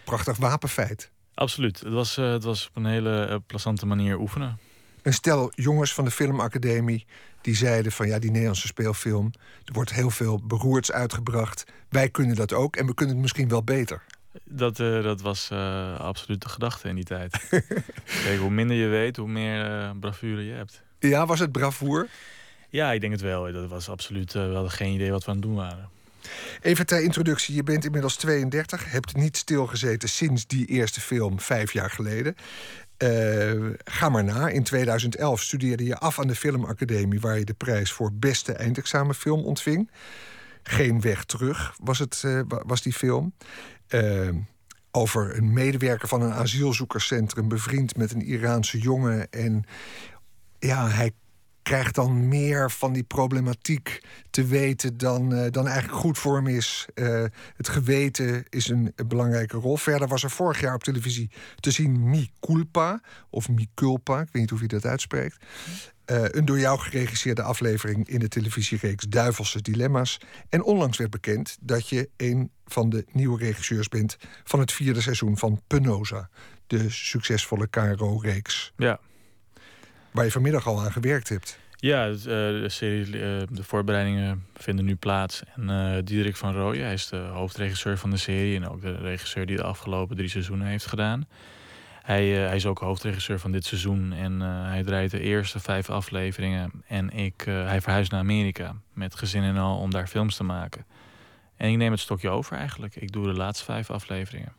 prachtig wapenfeit. Absoluut. Het was op een hele plezante manier oefenen. Een stel jongens van de filmacademie die zeiden van die Nederlandse speelfilm, er wordt heel veel beroerds uitgebracht. Wij kunnen dat ook en we kunnen het misschien wel beter. Dat was absoluut de gedachte in die tijd. Kijk, hoe minder je weet, hoe meer bravoure je hebt. Ja, was het bravoer? Ja, ik denk het wel. Dat was absoluut. We hadden geen idee wat we aan het doen waren. Even ter introductie. Je bent inmiddels 32. Hebt niet stilgezeten sinds die eerste film 5 jaar geleden. Ga maar na. In 2011 studeerde je af aan de Filmacademie, waar je de prijs voor beste eindexamenfilm ontving. Geen weg terug was die film. Over een medewerker van een asielzoekerscentrum, bevriend met een Iraanse jongen. En hij krijgt dan meer van die problematiek te weten dan eigenlijk goed voor hem is. Het geweten is een belangrijke rol. Verder was er vorig jaar op televisie te zien Mi Culpa, of Mi Culpa, ik weet niet hoe je dat uitspreekt. Een door jou geregisseerde aflevering in de televisiereeks Duivelse Dilemma's. En onlangs werd bekend dat je een van de nieuwe regisseurs bent van het 4e seizoen van Penosa, de succesvolle KRO-reeks. Ja. Waar je vanmiddag al aan gewerkt hebt. Ja, de voorbereidingen vinden nu plaats. En Diederik van Rooyen, hij is de hoofdregisseur van de serie en ook de regisseur die de afgelopen 3 seizoenen heeft gedaan. Hij is ook hoofdregisseur van dit seizoen en hij draait de eerste 5 afleveringen. En hij verhuist naar Amerika met gezin en al om daar films te maken. En ik neem het stokje over eigenlijk. Ik doe de laatste 5 afleveringen.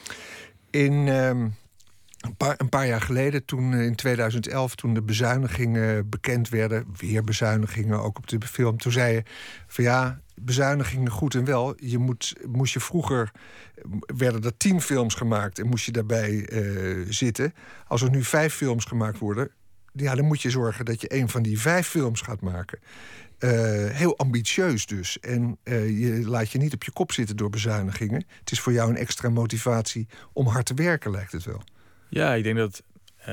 Een paar jaar geleden, in 2011, toen de bezuinigingen bekend werden, weer bezuinigingen ook op de film, toen zei je van bezuinigingen goed en wel. Moest je vroeger, werden er 10 films gemaakt en moest je daarbij zitten. Als er nu 5 films gemaakt worden, dan moet je zorgen dat je een van die 5 films gaat maken. Heel ambitieus dus. En je laat je niet op je kop zitten door bezuinigingen. Het is voor jou een extra motivatie om hard te werken, lijkt het wel. Ja, ik denk dat...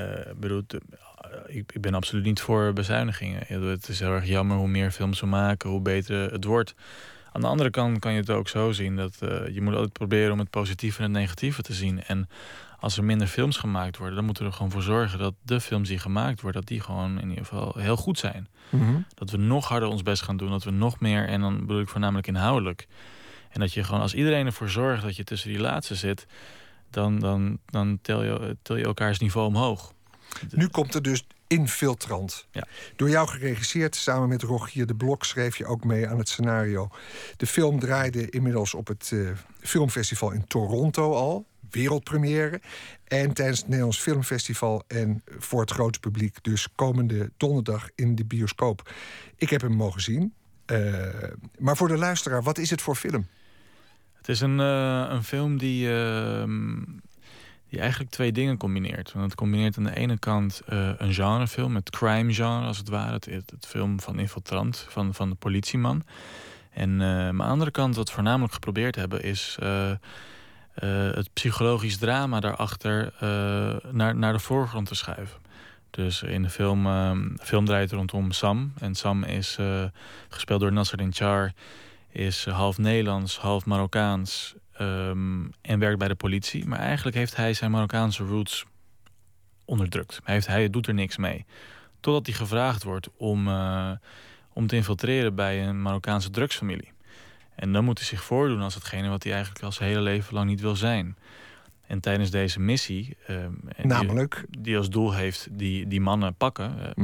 ik ben absoluut niet voor bezuinigingen. Het is heel erg jammer hoe meer films we maken, hoe beter het wordt. Aan de andere kant kan je het ook zo zien dat je moet altijd proberen om het positieve en het negatieve te zien. En als er minder films gemaakt worden, dan moeten we er gewoon voor zorgen dat de films die gemaakt worden, dat die gewoon in ieder geval heel goed zijn. Mm-hmm. Dat we nog harder ons best gaan doen, dat we nog meer, en dan bedoel ik voornamelijk inhoudelijk. En dat je gewoon, als iedereen ervoor zorgt dat je tussen die laatste zit, dan tel je elkaars niveau omhoog. Nu komt er dus Infiltrant. Ja. Door jou geregisseerd, samen met Rogier de Blok schreef je ook mee aan het scenario. De film draaide inmiddels op het filmfestival in Toronto al. Wereldpremière. En tijdens het Nederlands Filmfestival en voor het grote publiek dus komende donderdag in de bioscoop. Ik heb hem mogen zien. Maar voor de luisteraar, wat is het voor film? Het is een film die eigenlijk 2 dingen combineert. Want het combineert aan de ene kant een genrefilm, het crime genre als het ware. Het film van infiltrant, van de politieman. En aan de andere kant, wat we voornamelijk geprobeerd hebben, is het psychologisch drama daarachter naar de voorgrond te schuiven. Dus in de film draait rondom Sam. En Sam is gespeeld door Nasser Char, is half Nederlands, half Marokkaans en werkt bij de politie. Maar eigenlijk heeft hij zijn Marokkaanse roots onderdrukt. Hij doet er niks mee. Totdat hij gevraagd wordt om te infiltreren bij een Marokkaanse drugsfamilie. En dan moet hij zich voordoen als hetgene wat hij eigenlijk al zijn hele leven lang niet wil zijn. En tijdens deze missie, namelijk die als doel heeft die mannen pakken,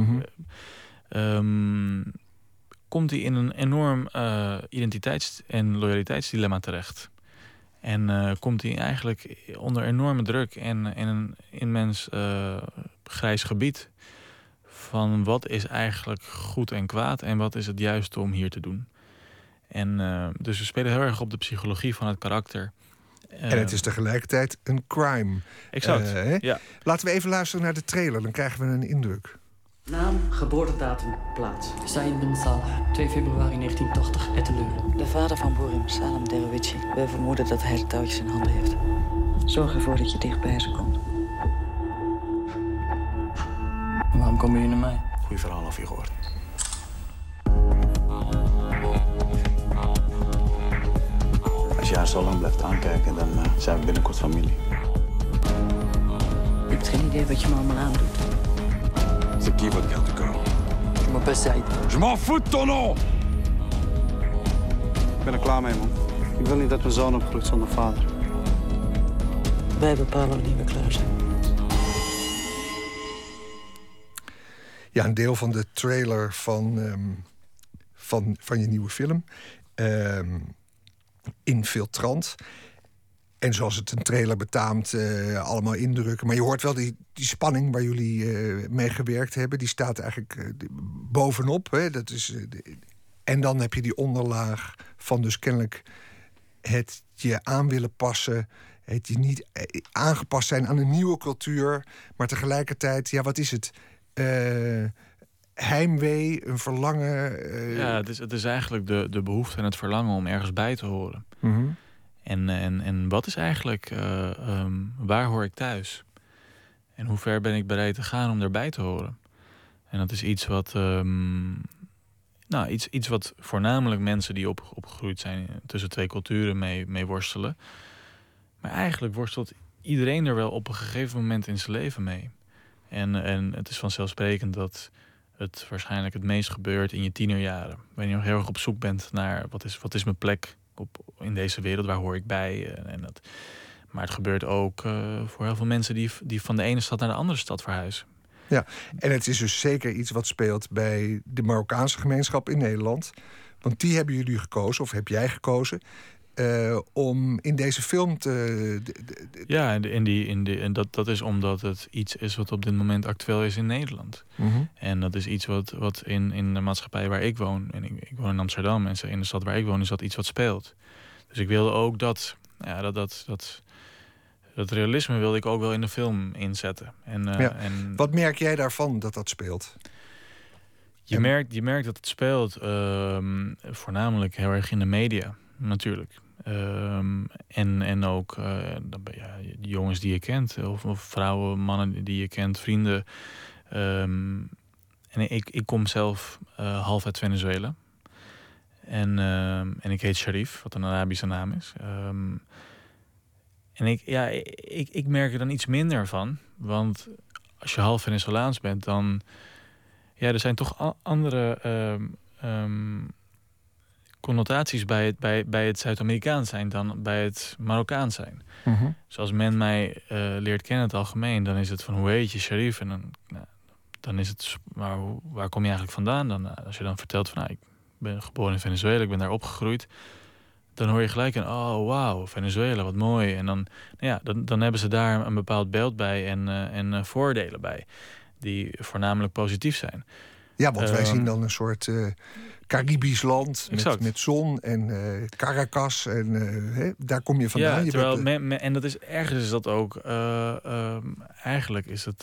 komt hij in een enorm identiteits- en loyaliteitsdilemma terecht. En komt hij eigenlijk onder enorme druk en een immens grijs gebied van wat is eigenlijk goed en kwaad en wat is het juiste om hier te doen. En dus we spelen heel erg op de psychologie van het karakter. En het is tegelijkertijd een crime. Exact, ja. Laten we even luisteren naar de trailer, dan krijgen we een indruk. Naam, geboortedatum, plaats. Saïd bin Salah, 2 februari 1980, Etteleuren. De vader van Boerim, Salem Derwici. We vermoeden dat hij de touwtjes in handen heeft. Zorg ervoor dat je dicht bij ze komt. Waarom komen jullie naar mij? Goeie verhaal of je gehoord. Als je haar zo lang blijft aankijken, dan zijn we binnenkort familie. Je hebt geen idee wat je me allemaal aandoet. C'est qui votre garde du corps? Je m'appelle Saïd. Je m'en fous de ton nom! Ik ben er klaar mee, man. Ik wil niet dat mijn zoon opgroeit zonder vader. Wij bepalen wanneer we klaar zijn. Ja, een deel van de trailer van je nieuwe film. Infiltrant. En zoals het een trailer betaamt, allemaal indrukken. Maar je hoort wel die spanning waar jullie mee gewerkt hebben. Die staat eigenlijk bovenop. Hè? Dat is, en dan heb je die onderlaag van dus kennelijk het je aan willen passen. Het je niet aangepast zijn aan een nieuwe cultuur. Maar tegelijkertijd, ja, wat is het? Heimwee, een verlangen. Ja, het is eigenlijk de behoefte en het verlangen om ergens bij te horen. Mm-hmm. En wat is eigenlijk, waar hoor ik thuis? En hoe ver ben ik bereid te gaan om daarbij te horen? En dat is iets wat, iets wat voornamelijk mensen die opgegroeid zijn tussen twee culturen mee worstelen. Maar eigenlijk worstelt iedereen er wel op een gegeven moment in zijn leven mee. En het is vanzelfsprekend dat het waarschijnlijk het meest gebeurt in je tienerjaren. Wanneer je nog heel erg op zoek bent naar wat is mijn plek in deze wereld, waar hoor ik bij. Maar het gebeurt ook voor heel veel mensen die van de ene stad naar de andere stad verhuizen. Ja, en het is dus zeker iets wat speelt bij de Marokkaanse gemeenschap in Nederland. Want die hebben jullie gekozen, of heb jij gekozen, om in deze film te... Ja, en dat is omdat het iets is wat op dit moment actueel is in Nederland. Mm-hmm. En dat is iets wat in de maatschappij waar ik woon, en ik woon in Amsterdam, en in de stad waar ik woon is dat iets wat speelt. Dus ik wilde ook dat realisme wilde ik ook wel in de film inzetten. En wat merk jij daarvan dat speelt? Je merkt dat het speelt voornamelijk heel erg in de media, natuurlijk. En ook die jongens die je kent, of vrouwen, mannen die je kent, vrienden. En ik kom zelf half uit Venezuela. En ik heet Sharif, wat een Arabische naam is. En ik merk er dan iets minder van. Want als je half Venezolaans bent, dan... Ja, er zijn toch andere connotaties bij het Zuid-Amerikaans zijn dan bij het Marokkaans zijn. Mm-hmm. Zoals men mij leert kennen in het algemeen, dan is het van hoe heet je, Sharif? En dan is het, maar waar kom je eigenlijk vandaan? Dan, als je dan vertelt van ik ben geboren in Venezuela, ik ben daar opgegroeid, dan hoor je gelijk een wauw, Venezuela, wat mooi. En dan hebben ze daar een bepaald beeld bij en voordelen bij, die voornamelijk positief zijn. Ja, want wij zien dan een soort Caribisch land met zon en Caracas. En daar kom je vandaan. Ja, terwijl en dat is ergens is dat ook... eigenlijk is het...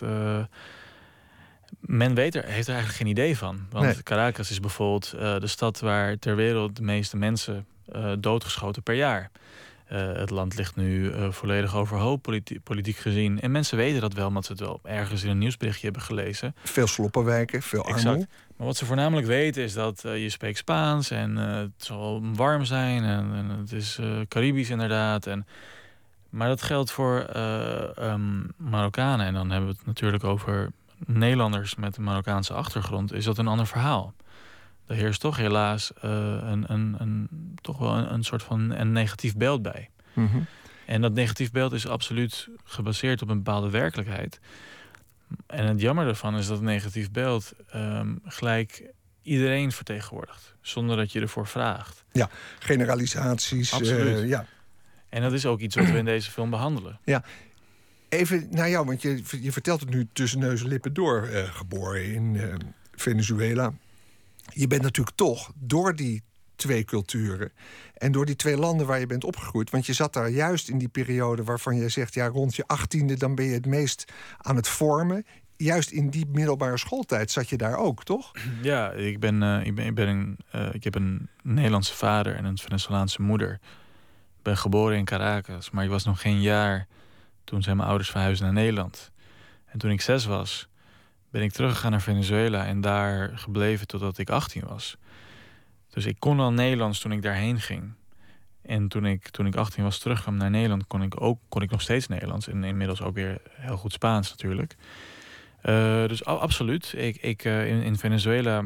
men heeft er eigenlijk geen idee van. Want Caracas is bijvoorbeeld de stad waar ter wereld de meeste mensen doodgeschoten per jaar. Het land ligt nu volledig overhoop, politiek gezien. En mensen weten dat wel, omdat ze het wel ergens in een nieuwsberichtje hebben gelezen. Veel sloppenwijken, veel armoede. Maar wat ze voornamelijk weten is dat je spreekt Spaans en het zal warm zijn en het is Caribisch inderdaad. Maar dat geldt voor Marokkanen. En dan hebben we het natuurlijk over Nederlanders met een Marokkaanse achtergrond. Is dat een ander verhaal? Er heerst toch helaas toch wel een soort van een negatief beeld bij. Mm-hmm. En dat negatief beeld is absoluut gebaseerd op een bepaalde werkelijkheid. En het jammer daarvan is dat het negatief beeld gelijk iedereen vertegenwoordigt. Zonder dat je ervoor vraagt. Ja, generalisaties. Absoluut. Ja. En dat is ook iets wat we in deze film behandelen. Ja. Even naar jou, want je vertelt het nu tussen neus en lippen door. Geboren in Venezuela. Je bent natuurlijk toch door die twee culturen en door die twee landen waar je bent opgegroeid, want je zat daar juist in die periode waarvan je zegt, ja, rond je 18e dan ben je het meest aan het vormen. Juist in die middelbare schooltijd zat je daar ook, toch? Ja, ik heb een Nederlandse vader en een Venezolaanse moeder. Ik ben geboren in Caracas, maar ik was nog geen jaar toen zijn mijn ouders verhuisden naar Nederland. En toen ik 6 was, ben ik teruggegaan naar Venezuela en daar gebleven totdat ik 18 was. Dus ik kon al Nederlands toen ik daarheen ging. En toen ik 18 was terugkwam naar Nederland, kon ik nog steeds Nederlands. En inmiddels ook weer heel goed Spaans natuurlijk. Dus absoluut. In Venezuela,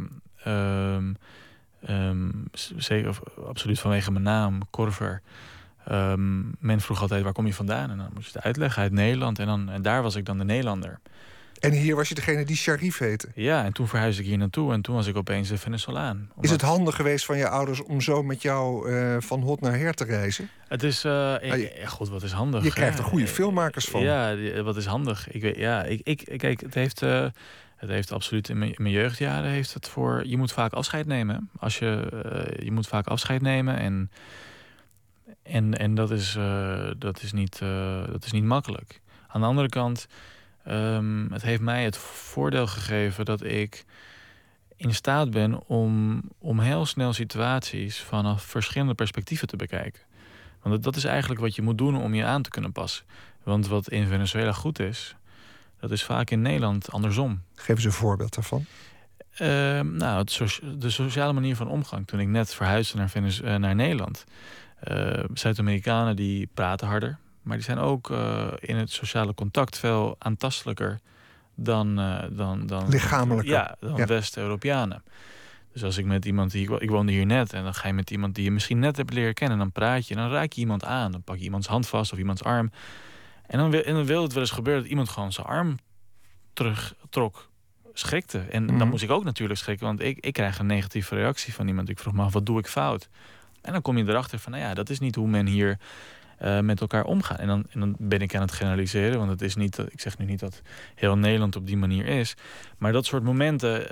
zeker, absoluut vanwege mijn naam, Korver. Men vroeg altijd, waar kom je vandaan? En dan moest je het uitleggen, uit Nederland. En daar was ik dan de Nederlander. En hier was je degene die Sharif heette? Ja, en toen verhuisde ik hier naartoe. En toen was ik opeens een Venezolaan. Is het handig geweest van je ouders om zo met jou van hot naar her te reizen? Het is... goed, wat is handig? Je krijgt er goede filmmakers van. Ja, wat is handig? Kijk, het heeft absoluut in mijn jeugdjaren heeft het voor... Je moet vaak afscheid nemen. Je moet vaak afscheid nemen en dat is niet makkelijk. Aan de andere kant, het heeft mij het voordeel gegeven dat ik in staat ben om heel snel situaties vanaf verschillende perspectieven te bekijken. Want dat is eigenlijk wat je moet doen om je aan te kunnen passen. Want wat in Venezuela goed is, dat is vaak in Nederland andersom. Geef eens een voorbeeld daarvan. De sociale manier van omgang. Toen ik net verhuisde naar Nederland. Zuid-Amerikanen die praten harder. Maar die zijn ook in het sociale contact veel aantastelijker dan lichamelijker. Dan West-Europeanen. Dus als ik met iemand... Ik woonde hier net en dan ga je met iemand die je misschien net hebt leren kennen. Dan praat je en dan raak je iemand aan. Dan pak je iemands hand vast of iemands arm. En dan wil het wel eens gebeuren dat iemand gewoon zijn arm terugtrok. Schrikte. En dan moest ik ook natuurlijk schrikken. Want ik krijg een negatieve reactie van iemand. Ik vroeg me af, wat doe ik fout? En dan kom je erachter van, dat is niet hoe men hier met elkaar omgaat. En dan ben ik aan het generaliseren. Want het is niet, ik zeg nu niet dat heel Nederland op die manier is. Maar dat soort momenten...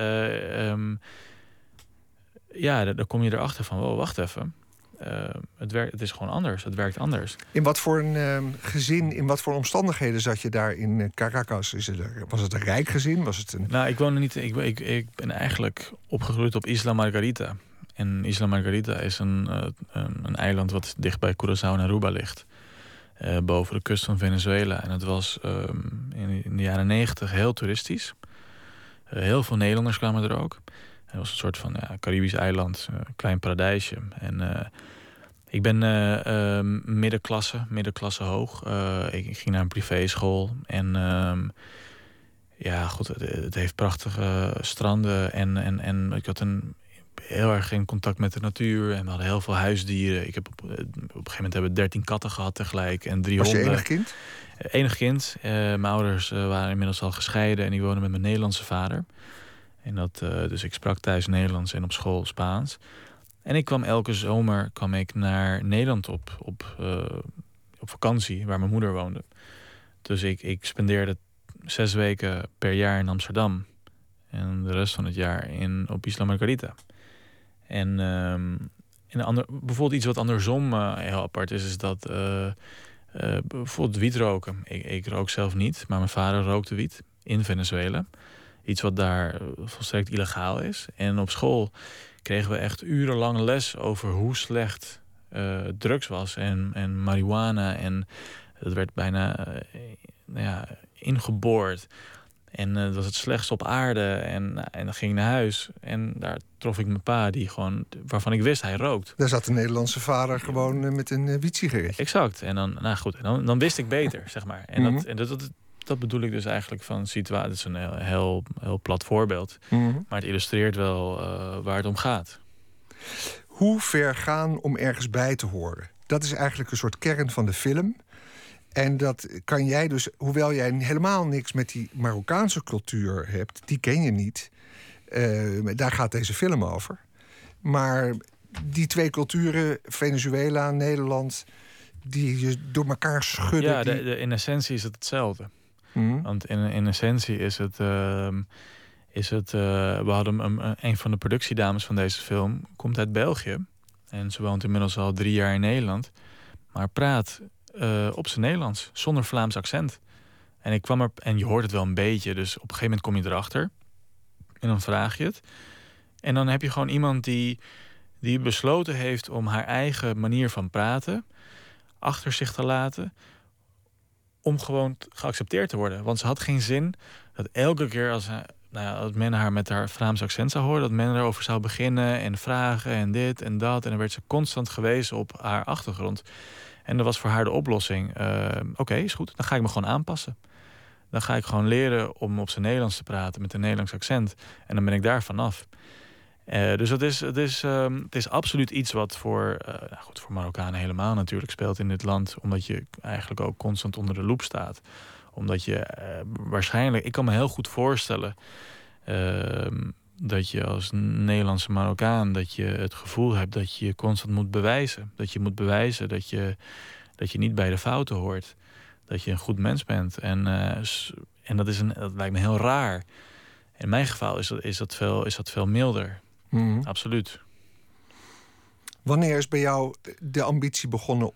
dan kom je erachter van, wow, wacht even. Het is gewoon anders. Het werkt anders. In wat voor een gezin, in wat voor omstandigheden zat je daar in Caracas? Was het een rijk gezin? Was het een... Nou, ik woonde niet... Ik ben eigenlijk opgegroeid op Isla Margarita. En Isla Margarita is een eiland wat dicht bij Curaçao en Aruba ligt. Boven de kust van Venezuela. En het was in de jaren 90 heel toeristisch. Heel veel Nederlanders kwamen er ook. Het was een soort van Caribisch eiland, een klein paradijsje. En ik ben middenklasse hoog. Ik ging naar een privéschool. En het heeft prachtige stranden. En ik had heel erg in contact met de natuur. En we hadden heel veel huisdieren. Op een gegeven moment hebben we 13 katten gehad tegelijk. En 3 honden. Was je enig kind? Enig kind. Mijn ouders waren inmiddels al gescheiden. En die woonden met mijn Nederlandse vader. En dus ik sprak thuis Nederlands en op school Spaans. En ik kwam elke zomer naar Nederland op vakantie, waar mijn moeder woonde. Dus ik spendeerde 6 weken per jaar in Amsterdam. En de rest van het jaar op Isla Margarita. En bijvoorbeeld iets wat andersom heel apart is dat... bijvoorbeeld wiet roken. Ik rook zelf niet, maar mijn vader rookte wiet in Venezuela. Iets wat daar volstrekt illegaal is. En op school kregen we echt urenlang les over hoe slecht drugs was. En marihuana. En dat werd bijna ingeboord. En dat was het slechtste op aarde. En dan ging ik naar huis. En daar trof ik mijn pa, waarvan ik wist hij rookt. Daar zat de Nederlandse vader gewoon met een wiet-sigaretje. Exact. En dan wist ik beter, zeg maar. En dat bedoel ik dus eigenlijk van situatie. Dat is een heel plat voorbeeld. Maar het illustreert wel waar het om gaat. Hoe ver gaan om ergens bij te horen? Dat is eigenlijk een soort kern van de film. En dat kan jij dus, hoewel jij helemaal niks met die Marokkaanse cultuur hebt, die ken je niet. Daar gaat deze film over. Maar die 2 culturen, Venezuela, Nederland, die je door elkaar schudden. Ja, in essentie is het hetzelfde. Want in essentie is het... we hadden een van de productiedames van deze film komt uit België. En ze woont inmiddels al 3 jaar in Nederland. Maar praat op zijn Nederlands, zonder Vlaams accent. En ik kwam en je hoort het wel een beetje. Dus op een gegeven moment kom je erachter. En dan vraag je het. En dan heb je gewoon iemand die besloten heeft om haar eigen manier van praten achter zich te laten, om gewoon geaccepteerd te worden. Want ze had geen zin dat elke keer als dat men haar met haar Vlaams accent zou horen, dat men erover zou beginnen en vragen en dit en dat. En dan werd ze constant gewezen op haar achtergrond. En dat was voor haar de oplossing. Oké, is goed, dan ga ik me gewoon aanpassen. Dan ga ik gewoon leren om op zijn Nederlands te praten met een Nederlands accent. En dan ben ik daar vanaf. Dus het is absoluut iets wat voor Marokkanen helemaal natuurlijk speelt in dit land. Omdat je eigenlijk ook constant onder de loep staat. Omdat je waarschijnlijk... Ik kan me heel goed voorstellen dat je als Nederlandse Marokkaan... dat je het gevoel hebt dat je constant moet bewijzen. Dat je moet bewijzen dat je niet bij de fouten hoort. Dat je een goed mens bent. En dat lijkt me heel raar. In mijn geval is dat veel milder. Mm-hmm. Absoluut. Wanneer is bij jou de ambitie begonnen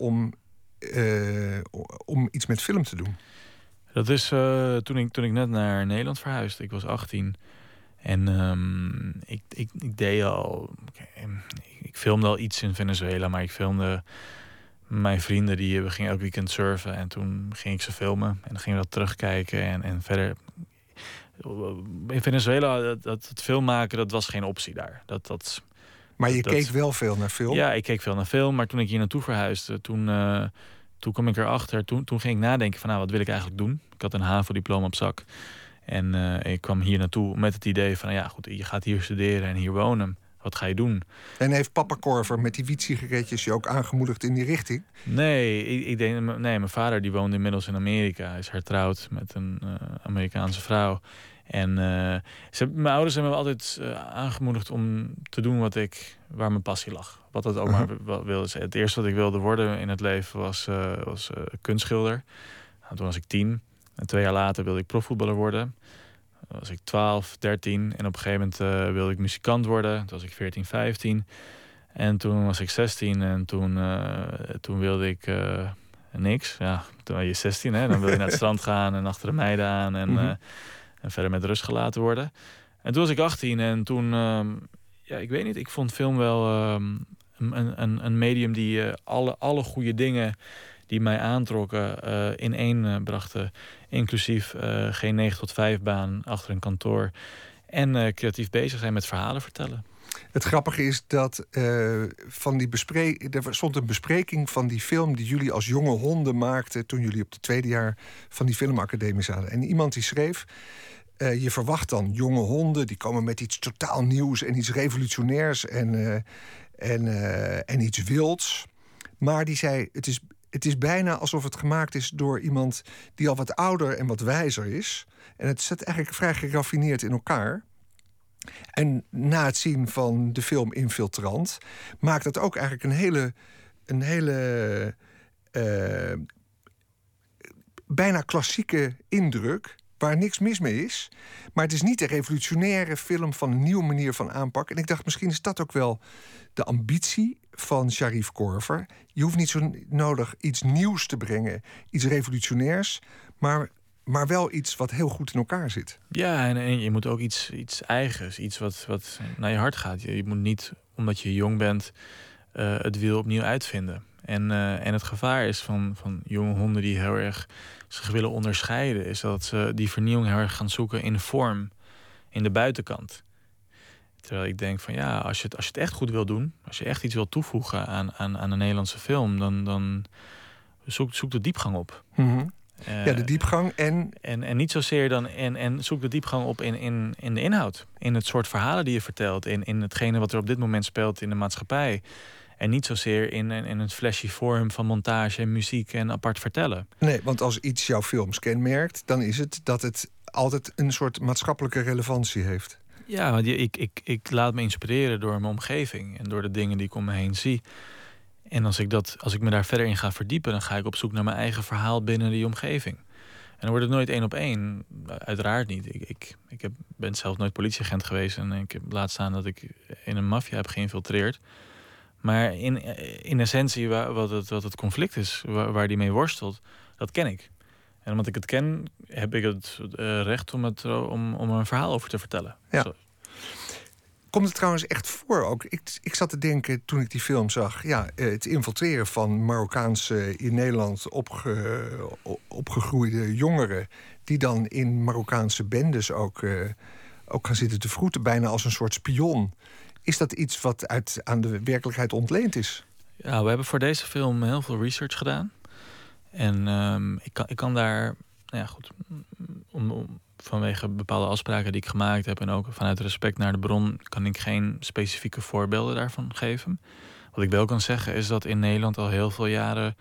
om iets met film te doen? Dat is toen ik net naar Nederland verhuisde. Ik was 18. En ik deed al... Ik filmde al iets in Venezuela, maar ik filmde... Mijn vrienden we gingen elk weekend surfen. En toen ging ik ze filmen. En dan gingen we dat terugkijken. En verder... In Venezuela, het film maken, dat was geen optie daar. Maar je keek wel veel naar film? Ja, ik keek veel naar film. Maar toen ik hier naartoe verhuisde, toen kwam ik erachter. Toen ging ik nadenken van, wat wil ik eigenlijk doen? Ik had een HAVO-diploma op zak. En ik kwam hier naartoe met het idee van, goed, je gaat hier studeren en hier wonen. Wat ga je doen? En heeft papa Korver met die wiet-sigaretjes je ook aangemoedigd in die richting? Nee, mijn vader die woonde inmiddels in Amerika. Hij is hertrouwd met een Amerikaanse vrouw. En mijn ouders hebben me altijd aangemoedigd om te doen waar mijn passie lag. Wat dat ook maar wilde zijn. Het eerste wat ik wilde worden in het leven was kunstschilder. Toen was ik 10. En 2 jaar later wilde ik profvoetballer worden. Toen was ik 12, 13. En op een gegeven moment wilde ik muzikant worden. Toen was ik 14, 15. En toen was ik 16. En toen wilde ik niks. Ja, toen was je 16. Hè? Dan wil je naar het strand gaan en achter de meiden aan. En verder met rust gelaten worden. En toen was ik 18. En toen... ik weet niet. Ik vond film wel een medium die alle goede dingen... die mij aantrokken in één brachten. Inclusief geen 9 tot 5 baan achter een kantoor. En creatief bezig zijn met verhalen vertellen. Het grappige is dat er stond een bespreking van die film... die jullie als jonge honden maakten... toen jullie op het 2e jaar van die filmacademie zaten. En iemand die schreef... je verwacht dan jonge honden, die komen met iets totaal nieuws... en iets revolutionairs en iets wilds. Maar die zei, het is bijna alsof het gemaakt is door iemand... die al wat ouder en wat wijzer is. En het zit eigenlijk vrij geraffineerd in elkaar... En na het zien van de film Infiltrant... maakt dat ook eigenlijk een hele bijna klassieke indruk... waar niks mis mee is. Maar het is niet een revolutionaire film van een nieuwe manier van aanpak. En ik dacht, misschien is dat ook wel de ambitie van Sharif Korver. Je hoeft niet zo nodig iets nieuws te brengen, iets revolutionairs... maar wel iets wat heel goed in elkaar zit. Ja, en je moet ook iets eigens, iets wat naar je hart gaat. Je moet niet, omdat je jong bent, het wiel opnieuw uitvinden. En het gevaar is van jonge honden die heel erg zich willen onderscheiden... is dat ze die vernieuwing heel erg gaan zoeken in vorm, in de buitenkant. Terwijl ik denk van als je het echt goed wil doen... als je echt iets wil toevoegen aan een Nederlandse film... dan zoek de diepgang op. Mm-hmm. De diepgang en niet zozeer dan... En zoek de diepgang op in de inhoud. In het soort verhalen die je vertelt. In hetgene wat er op dit moment speelt in de maatschappij. En niet zozeer in een flashy vorm van montage en muziek en apart vertellen. Nee, want als iets jouw films kenmerkt... dan is het dat het altijd een soort maatschappelijke relevantie heeft. Ja, want ik laat me inspireren door mijn omgeving... en door de dingen die ik om me heen zie... En als ik me daar verder in ga verdiepen... dan ga ik op zoek naar mijn eigen verhaal binnen die omgeving. En dan wordt het nooit 1 op 1. Uiteraard niet. Ik ben zelf nooit politieagent geweest... en ik heb laat staan dat ik in een maffia heb geïnfiltreerd. Maar in essentie wat het conflict is... waar die mee worstelt, dat ken ik. En omdat ik het ken, heb ik het recht om er een verhaal over te vertellen. Ja. Zo. Komt het trouwens echt voor ook? Ik zat te denken toen ik die film zag... het infiltreren van Marokkaanse in Nederland opgegroeide jongeren... die dan in Marokkaanse bendes ook ook gaan zitten te vroeten, bijna als een soort spion. Is dat iets wat aan de werkelijkheid ontleend is? Ja, we hebben voor deze film heel veel research gedaan. En ik kan daar, nou ja, goed, vanwege bepaalde afspraken die ik gemaakt heb en ook vanuit respect naar de bron, kan ik geen specifieke voorbeelden daarvan geven. Wat ik wel kan zeggen is dat in Nederland al heel veel jaren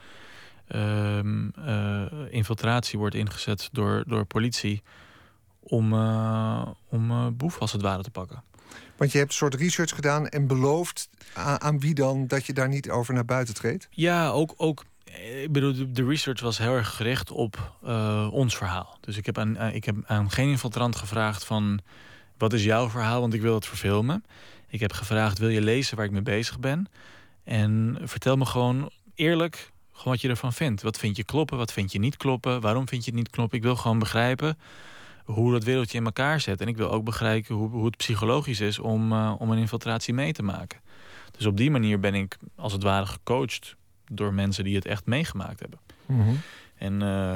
infiltratie wordt ingezet door politie om boeven als het ware te pakken. Want je hebt een soort research gedaan en beloofd aan wie dan dat je daar niet over naar buiten treedt? Ja, ook. Ik bedoel, de research was heel erg gericht op ons verhaal. Dus ik heb aan geen infiltrant gevraagd van, wat is jouw verhaal, want ik wil het verfilmen. Ik heb gevraagd, wil je lezen waar ik mee bezig ben? En vertel me gewoon eerlijk wat je ervan vindt. Wat vind je kloppen, wat vind je niet kloppen? Waarom vind je het niet kloppen? Ik wil gewoon begrijpen hoe dat wereldje in elkaar zet. En ik wil ook begrijpen hoe het psychologisch is om een infiltratie mee te maken. Dus op die manier ben ik als het ware gecoacht door mensen die het echt meegemaakt hebben. Mm-hmm. En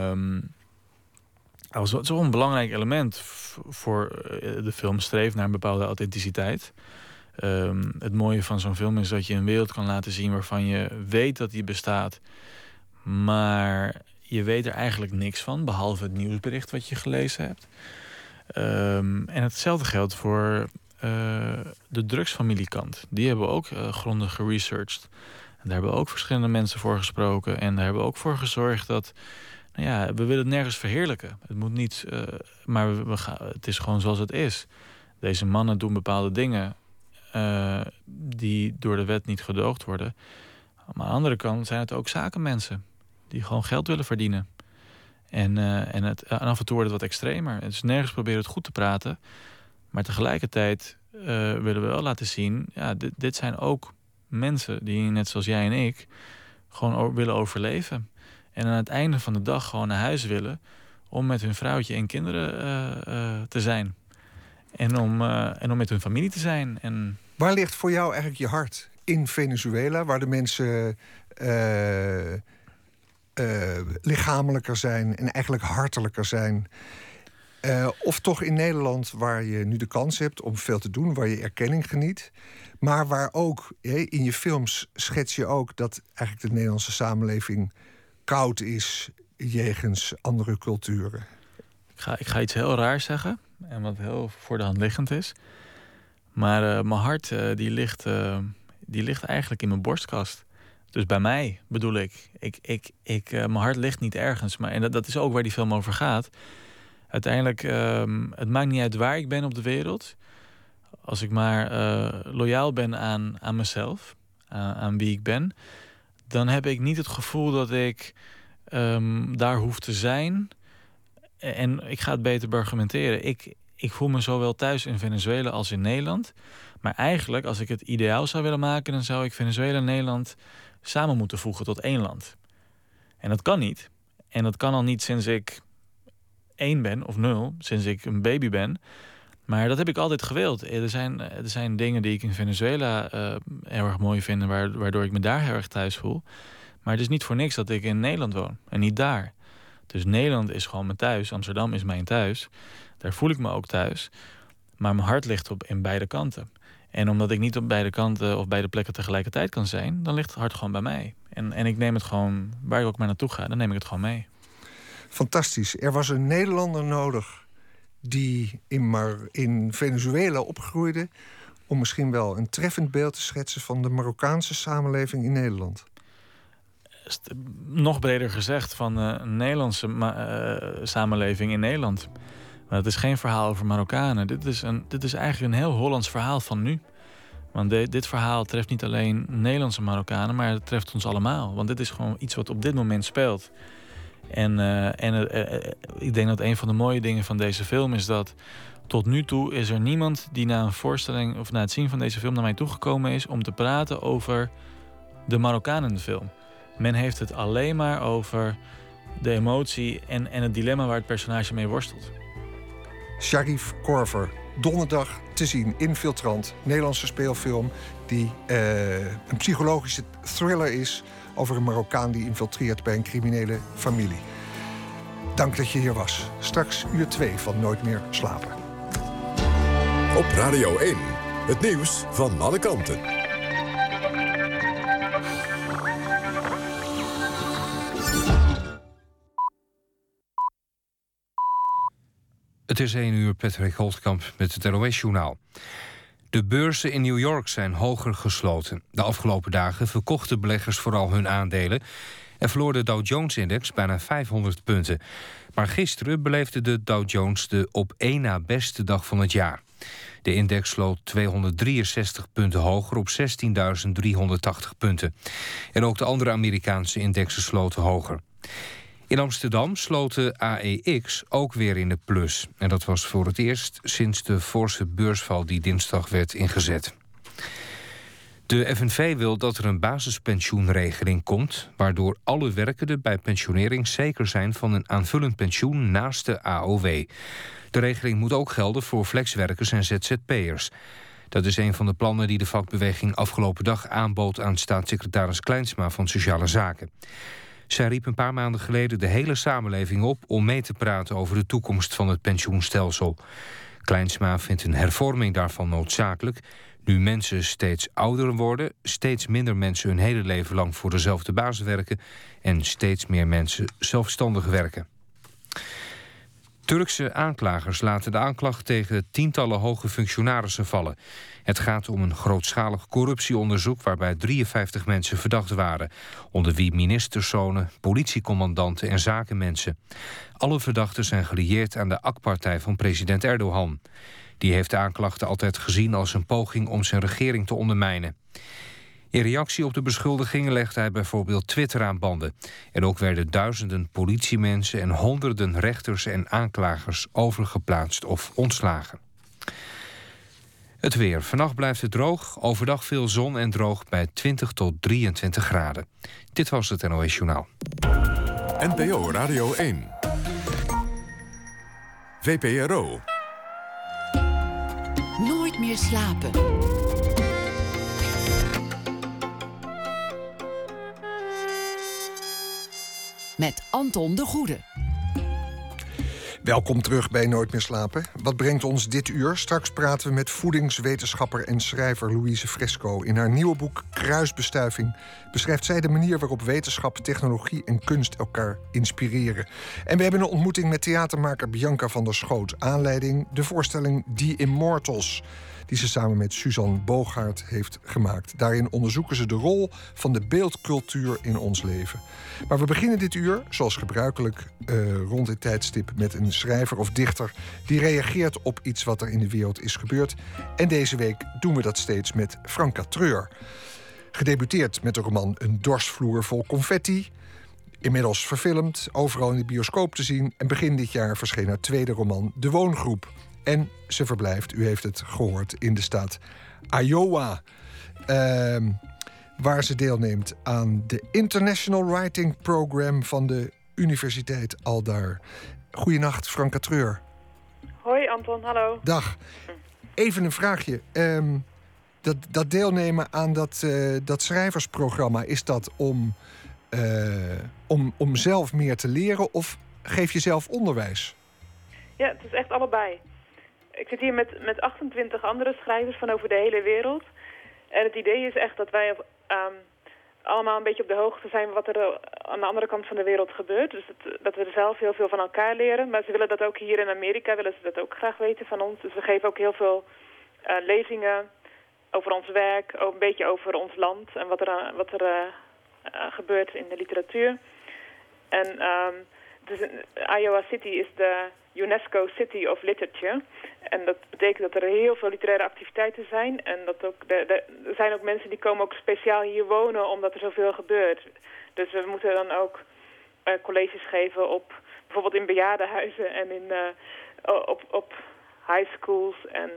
het is wel een belangrijk element voor de film. Streeft naar een bepaalde authenticiteit. Het mooie van zo'n film is dat je een wereld kan laten zien waarvan je weet dat die bestaat, maar je weet er eigenlijk niks van, behalve het nieuwsbericht wat je gelezen hebt. En hetzelfde geldt voor de drugsfamiliekant. Die hebben we ook grondig geresearched. En daar hebben we ook verschillende mensen voor gesproken. En daar hebben we ook voor gezorgd dat, nou ja, we willen het nergens verheerlijken. Het moet niet, maar het is gewoon zoals het is. Deze mannen doen bepaalde dingen die door de wet niet gedoogd worden. Maar aan de andere kant zijn het ook zakenmensen die gewoon geld willen verdienen. En af en toe wordt het wat extremer. Dus nergens proberen het goed te praten. Maar tegelijkertijd willen we wel laten zien, ja, dit zijn ook mensen die, net zoals jij en ik, gewoon willen overleven. En aan het einde van de dag gewoon naar huis willen om met hun vrouwtje en kinderen te zijn. En om met hun familie te zijn. En waar ligt voor jou eigenlijk je hart? In Venezuela, waar de mensen lichamelijker zijn en eigenlijk hartelijker zijn. Of toch in Nederland, waar je nu de kans hebt om veel te doen, waar je erkenning geniet. Maar waar ook, in je films schets je ook dat eigenlijk de Nederlandse samenleving koud is jegens andere culturen. Ik ga iets heel raars zeggen en wat heel voor de hand liggend is. Maar mijn hart die ligt eigenlijk in mijn borstkast. Dus bij mij bedoel ik. Mijn hart ligt niet ergens. En dat is ook waar die film over gaat. Uiteindelijk, het maakt niet uit waar ik ben op de wereld. Als ik maar loyaal ben aan mezelf, aan wie ik ben, dan heb ik niet het gevoel dat ik daar hoef te zijn. En ik ga het beter beargumenteren. Ik voel me zowel thuis in Venezuela als in Nederland. Maar eigenlijk, als ik het ideaal zou willen maken, dan zou ik Venezuela en Nederland samen moeten voegen tot één land. En dat kan niet. En dat kan al niet sinds ik 1 ben of 0, sinds ik een baby ben. Maar dat heb ik altijd gewild. Er zijn dingen die ik in Venezuela heel erg mooi vind, waardoor ik me daar heel erg thuis voel. Maar het is niet voor niks dat ik in Nederland woon en niet daar. Dus Nederland is gewoon mijn thuis. Amsterdam is mijn thuis. Daar voel ik me ook thuis. Maar mijn hart ligt in beide kanten. En omdat ik niet op beide kanten of beide plekken tegelijkertijd kan zijn, dan ligt het hart gewoon bij mij. En ik neem het gewoon, waar ik ook maar naartoe ga, dan neem ik het gewoon mee. Fantastisch. Er was een Nederlander nodig die in Venezuela opgroeide, om misschien wel een treffend beeld te schetsen van de Marokkaanse samenleving in Nederland. Nog breder gezegd, van een Nederlandse samenleving in Nederland. Maar het is geen verhaal over Marokkanen. Dit is eigenlijk een heel Hollands verhaal van nu. Want dit verhaal treft niet alleen Nederlandse Marokkanen, maar het treft ons allemaal. Want dit is gewoon iets wat op dit moment speelt. En ik denk dat een van de mooie dingen van deze film is dat tot nu toe is er niemand die na een voorstelling of na het zien van deze film naar mij toegekomen is om te praten over de Marokkanen in de film. Men heeft het alleen maar over de emotie en het dilemma waar het personage mee worstelt. Sharif Korver, donderdag te zien, Infiltrant, Nederlandse speelfilm die een psychologische thriller is over een Marokkaan die infiltreert bij een criminele familie. Dank dat je hier was. Straks uur 2 van Nooit meer slapen. Op Radio 1, het nieuws van alle kanten. Het is 1 uur, Patrick Holtkamp met het NOS-journaal. De beurzen in New York zijn hoger gesloten. De afgelopen dagen verkochten beleggers vooral hun aandelen en verloor de Dow Jones-index bijna 500 punten. Maar gisteren beleefde de Dow Jones de op één na beste dag van het jaar. De index sloot 263 punten hoger op 16.380 punten. En ook de andere Amerikaanse indexen sloten hoger. In Amsterdam sloot de AEX ook weer in de plus. En dat was voor het eerst sinds de forse beursval die dinsdag werd ingezet. De FNV wil dat er een basispensioenregeling komt, waardoor alle werkenden bij pensionering zeker zijn van een aanvullend pensioen naast de AOW. De regeling moet ook gelden voor flexwerkers en ZZP'ers. Dat is een van de plannen die de vakbeweging afgelopen dag aanbood aan staatssecretaris Kleinsma van Sociale Zaken. Zij riep een paar maanden geleden de hele samenleving op om mee te praten over de toekomst van het pensioenstelsel. Kleinsma vindt een hervorming daarvan noodzakelijk. Nu mensen steeds ouder worden, steeds minder mensen hun hele leven lang voor dezelfde baas werken en steeds meer mensen zelfstandig werken. Turkse aanklagers laten de aanklacht tegen tientallen hoge functionarissen vallen. Het gaat om een grootschalig corruptieonderzoek waarbij 53 mensen verdacht waren, onder wie ministerszonen, politiecommandanten en zakenmensen. Alle verdachten zijn gelieerd aan de AK-partij van president Erdogan. Die heeft de aanklachten altijd gezien als een poging om zijn regering te ondermijnen. In reactie op de beschuldigingen legde hij bijvoorbeeld Twitter aan banden. En ook werden duizenden politiemensen en honderden rechters en aanklagers overgeplaatst of ontslagen. Het weer. Vannacht blijft het droog. Overdag veel zon en droog bij 20 tot 23 graden. Dit was het NOS Journaal. NPO Radio 1. VPRO. Nooit meer slapen. Met Anton de Goede. Welkom terug bij Nooit meer slapen. Wat brengt ons dit uur? Straks praten we met voedingswetenschapper en schrijver Louise Fresco. In haar nieuwe boek Kruisbestuiving beschrijft zij de manier waarop wetenschap, technologie en kunst elkaar inspireren. En we hebben een ontmoeting met theatermaker Bianca van der Schoot. Aanleiding de voorstelling The Immortals, die ze samen met Suzanne Boogaard heeft gemaakt. Daarin onderzoeken ze de rol van de beeldcultuur in ons leven. Maar we beginnen dit uur, zoals gebruikelijk, rond dit tijdstip met een schrijver of dichter die reageert op iets wat er in de wereld is gebeurd. En deze week doen we dat steeds met Franka Treur. Gedebuteerd met de roman Een dorsvloer vol confetti. Inmiddels verfilmd, overal in de bioscoop te zien. En begin dit jaar verscheen haar tweede roman De Woongroep. En ze verblijft, u heeft het gehoord, in de staat Iowa. Waar ze deelneemt aan de International Writing Program van de Universiteit Aldaar. Goedenacht, Franka Treur. Hoi Anton, hallo. Dag. Even een vraagje. Dat deelnemen aan dat schrijversprogramma, is dat om zelf meer te leren of geef je zelf onderwijs? Ja, het is echt allebei. Ik zit hier met 28 andere schrijvers van over de hele wereld. En het idee is echt dat wij allemaal een beetje op de hoogte zijn wat er aan de andere kant van de wereld gebeurt. Dus dat we er zelf heel veel van elkaar leren. Maar ze willen dat ook hier in Amerika, willen ze dat ook graag weten van ons. Dus we geven ook heel veel lezingen over ons werk, ook een beetje over ons land en wat er gebeurt in de literatuur. En dus Iowa City is de UNESCO City of Literature. En dat betekent dat er heel veel literaire activiteiten zijn. En dat ook er zijn ook mensen die komen ook speciaal hier wonen omdat er zoveel gebeurt. Dus we moeten dan ook colleges geven op bijvoorbeeld in bejaardenhuizen en op high schools. En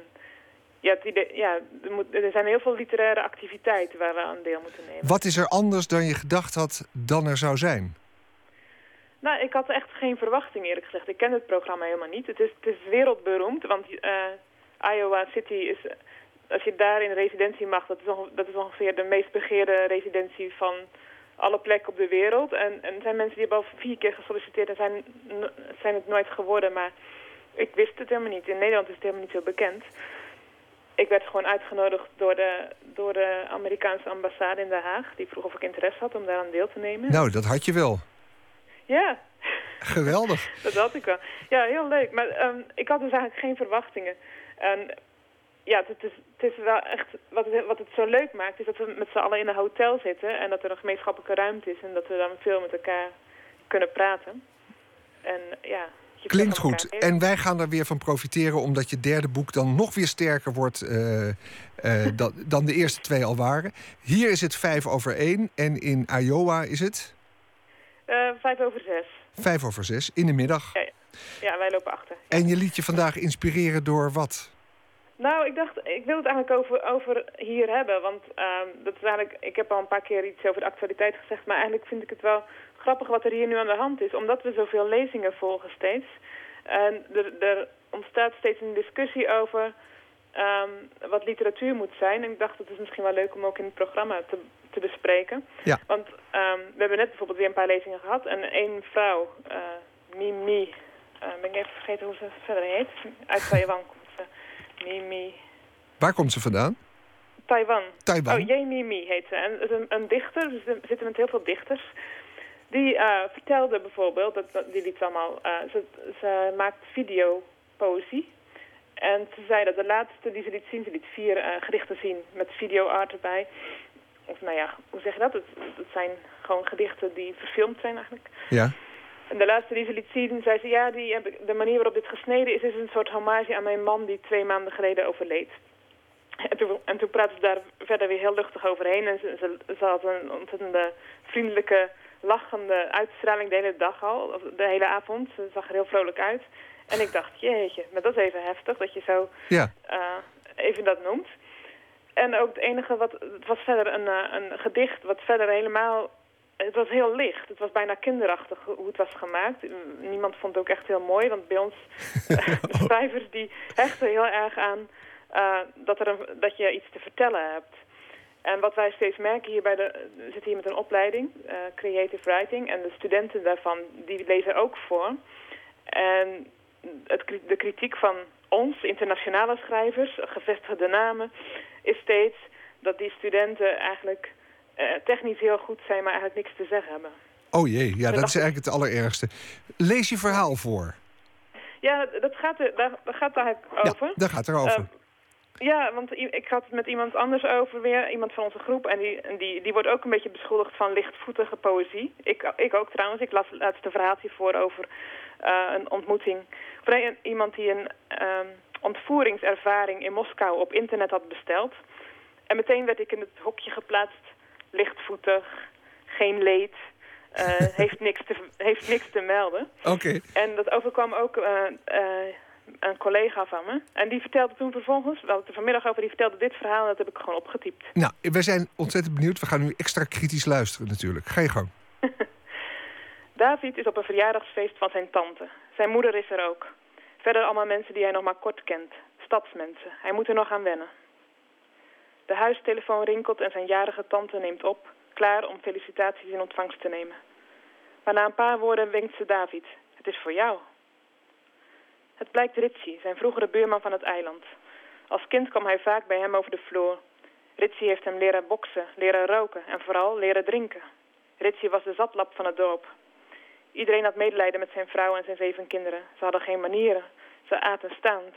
er zijn heel veel literaire activiteiten waar we aan deel moeten nemen. Wat is er anders dan je gedacht had dan er zou zijn? Nou, ik had echt geen verwachting, eerlijk gezegd. Ik ken het programma helemaal niet. Het is wereldberoemd, want Iowa City is... Als je daar in residentie mag, dat is ongeveer de meest begeerde residentie van alle plekken op de wereld. En er zijn mensen die hebben al 4 keer gesolliciteerd en zijn het nooit geworden. Maar ik wist het helemaal niet. In Nederland is het helemaal niet zo bekend. ik werd gewoon uitgenodigd door de Amerikaanse ambassade in Den Haag. Die vroeg of ik interesse had om daaraan deel te nemen. Nou, dat had je wel. Ja. Geweldig. Dat had ik wel. Ja, heel leuk. Maar ik had dus eigenlijk geen verwachtingen. En ja, het is wel echt... Wat het zo leuk maakt, is dat we met z'n allen in een hotel zitten... en dat er een gemeenschappelijke ruimte is... en dat we dan veel met elkaar kunnen praten. En ja... Klinkt goed. En wij gaan er weer van profiteren... omdat je derde boek dan nog weer sterker wordt... dan de eerste 2 al waren. Hier is het 5:05 en in Iowa is het... 5:05. in de middag. Ja, wij lopen achter. En je liet je vandaag inspireren door wat? Nou, ik dacht, ik wil het eigenlijk over hier hebben. Want dat is eigenlijk, ik heb al een paar keer iets over de actualiteit gezegd... maar eigenlijk vind ik het wel grappig wat er hier nu aan de hand is. Omdat we zoveel lezingen volgen steeds. En er ontstaat steeds een discussie over wat literatuur moet zijn. En ik dacht, het is misschien wel leuk om ook in het programma te bespreken. Ja. Want we hebben net bijvoorbeeld weer een paar lezingen gehad. En één vrouw, Mimi, ben ik even vergeten hoe ze verder heet. Uit Taiwan komt ze. Mimi. Waar komt ze vandaan? Taiwan. Oh, Mimi heet ze. En een dichter, dus we zitten met heel veel dichters. Die vertelde bijvoorbeeld, die liet allemaal, ze maakt videopoëzie. En ze zei dat de laatste die ze liet zien, ze liet 4 gedichten zien met videoart erbij. Of nou ja, hoe zeg je dat? Het zijn gewoon gedichten die verfilmd zijn eigenlijk. Ja. En de laatste die ze liet zien, zei ze, ja, de manier waarop dit gesneden is een soort hommage aan mijn man die 2 maanden geleden overleed. En toen praatte ze daar verder weer heel luchtig overheen. En ze had een ontzettende vriendelijke, lachende uitstraling de hele dag al, of de hele avond. Ze zag er heel vrolijk uit. En ik dacht, jeetje, maar dat is even heftig dat je zo even dat noemt. En ook het enige het was verder een gedicht wat verder helemaal, het was heel licht. Het was bijna kinderachtig hoe het was gemaakt. Niemand vond het ook echt heel mooi, want bij ons, de schrijvers die hechten heel erg aan dat je iets te vertellen hebt. En wat wij steeds merken hier we zitten hier met een opleiding, Creative Writing, en de studenten daarvan, die lezen ook voor. En de kritiek van ons, internationale schrijvers, gevestigde namen, is steeds dat die studenten eigenlijk technisch heel goed zijn, maar eigenlijk niks te zeggen hebben. Oh jee, ja, dat is eigenlijk het allerergste. Lees je verhaal voor. Ja, daar gaat het eigenlijk over. Ja, daar gaat het over. Ja, want ik had het met iemand anders over weer, iemand van onze groep. En die wordt ook een beetje beschuldigd van lichtvoetige poëzie. Ik ook trouwens. Ik las laatst een verhaaltje voor over een ontmoeting. Of iemand die een ontvoeringservaring in Moskou op internet had besteld. En meteen werd ik in het hokje geplaatst. Lichtvoetig, geen leed, heeft niks te melden. Oké. En dat overkwam ook een collega van me. En die vertelde toen vervolgens, we hadden het er vanmiddag over, die vertelde dit verhaal en dat heb ik gewoon opgetypt. Nou, we zijn ontzettend benieuwd. We gaan nu extra kritisch luisteren natuurlijk. Ga je gang. David is op een verjaardagsfeest van zijn tante. Zijn moeder is er ook. Verder allemaal mensen die hij nog maar kort kent. Stadsmensen. Hij moet er nog aan wennen. De huistelefoon rinkelt en zijn jarige tante neemt op, klaar om felicitaties in ontvangst te nemen. Maar na een paar woorden wenkt ze David. Het is voor jou. Het blijkt Ritchie, zijn vroegere buurman van het eiland. Als kind kwam hij vaak bij hem over de vloer. Ritchie heeft hem leren boksen, leren roken en vooral leren drinken. Ritchie was de zatlap van het dorp. Iedereen had medelijden met zijn vrouw en zijn 7 kinderen. Ze hadden geen manieren. Ze aten staand.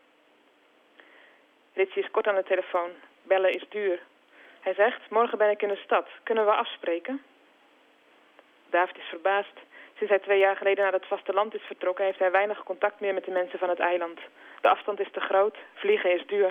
Ritchie is kort aan de telefoon. Bellen is duur. Hij zegt, morgen ben ik in de stad. Kunnen we afspreken? David is verbaasd. Sinds hij 2 jaar geleden naar het vasteland is vertrokken, heeft hij weinig contact meer met de mensen van het eiland. De afstand is te groot, vliegen is duur.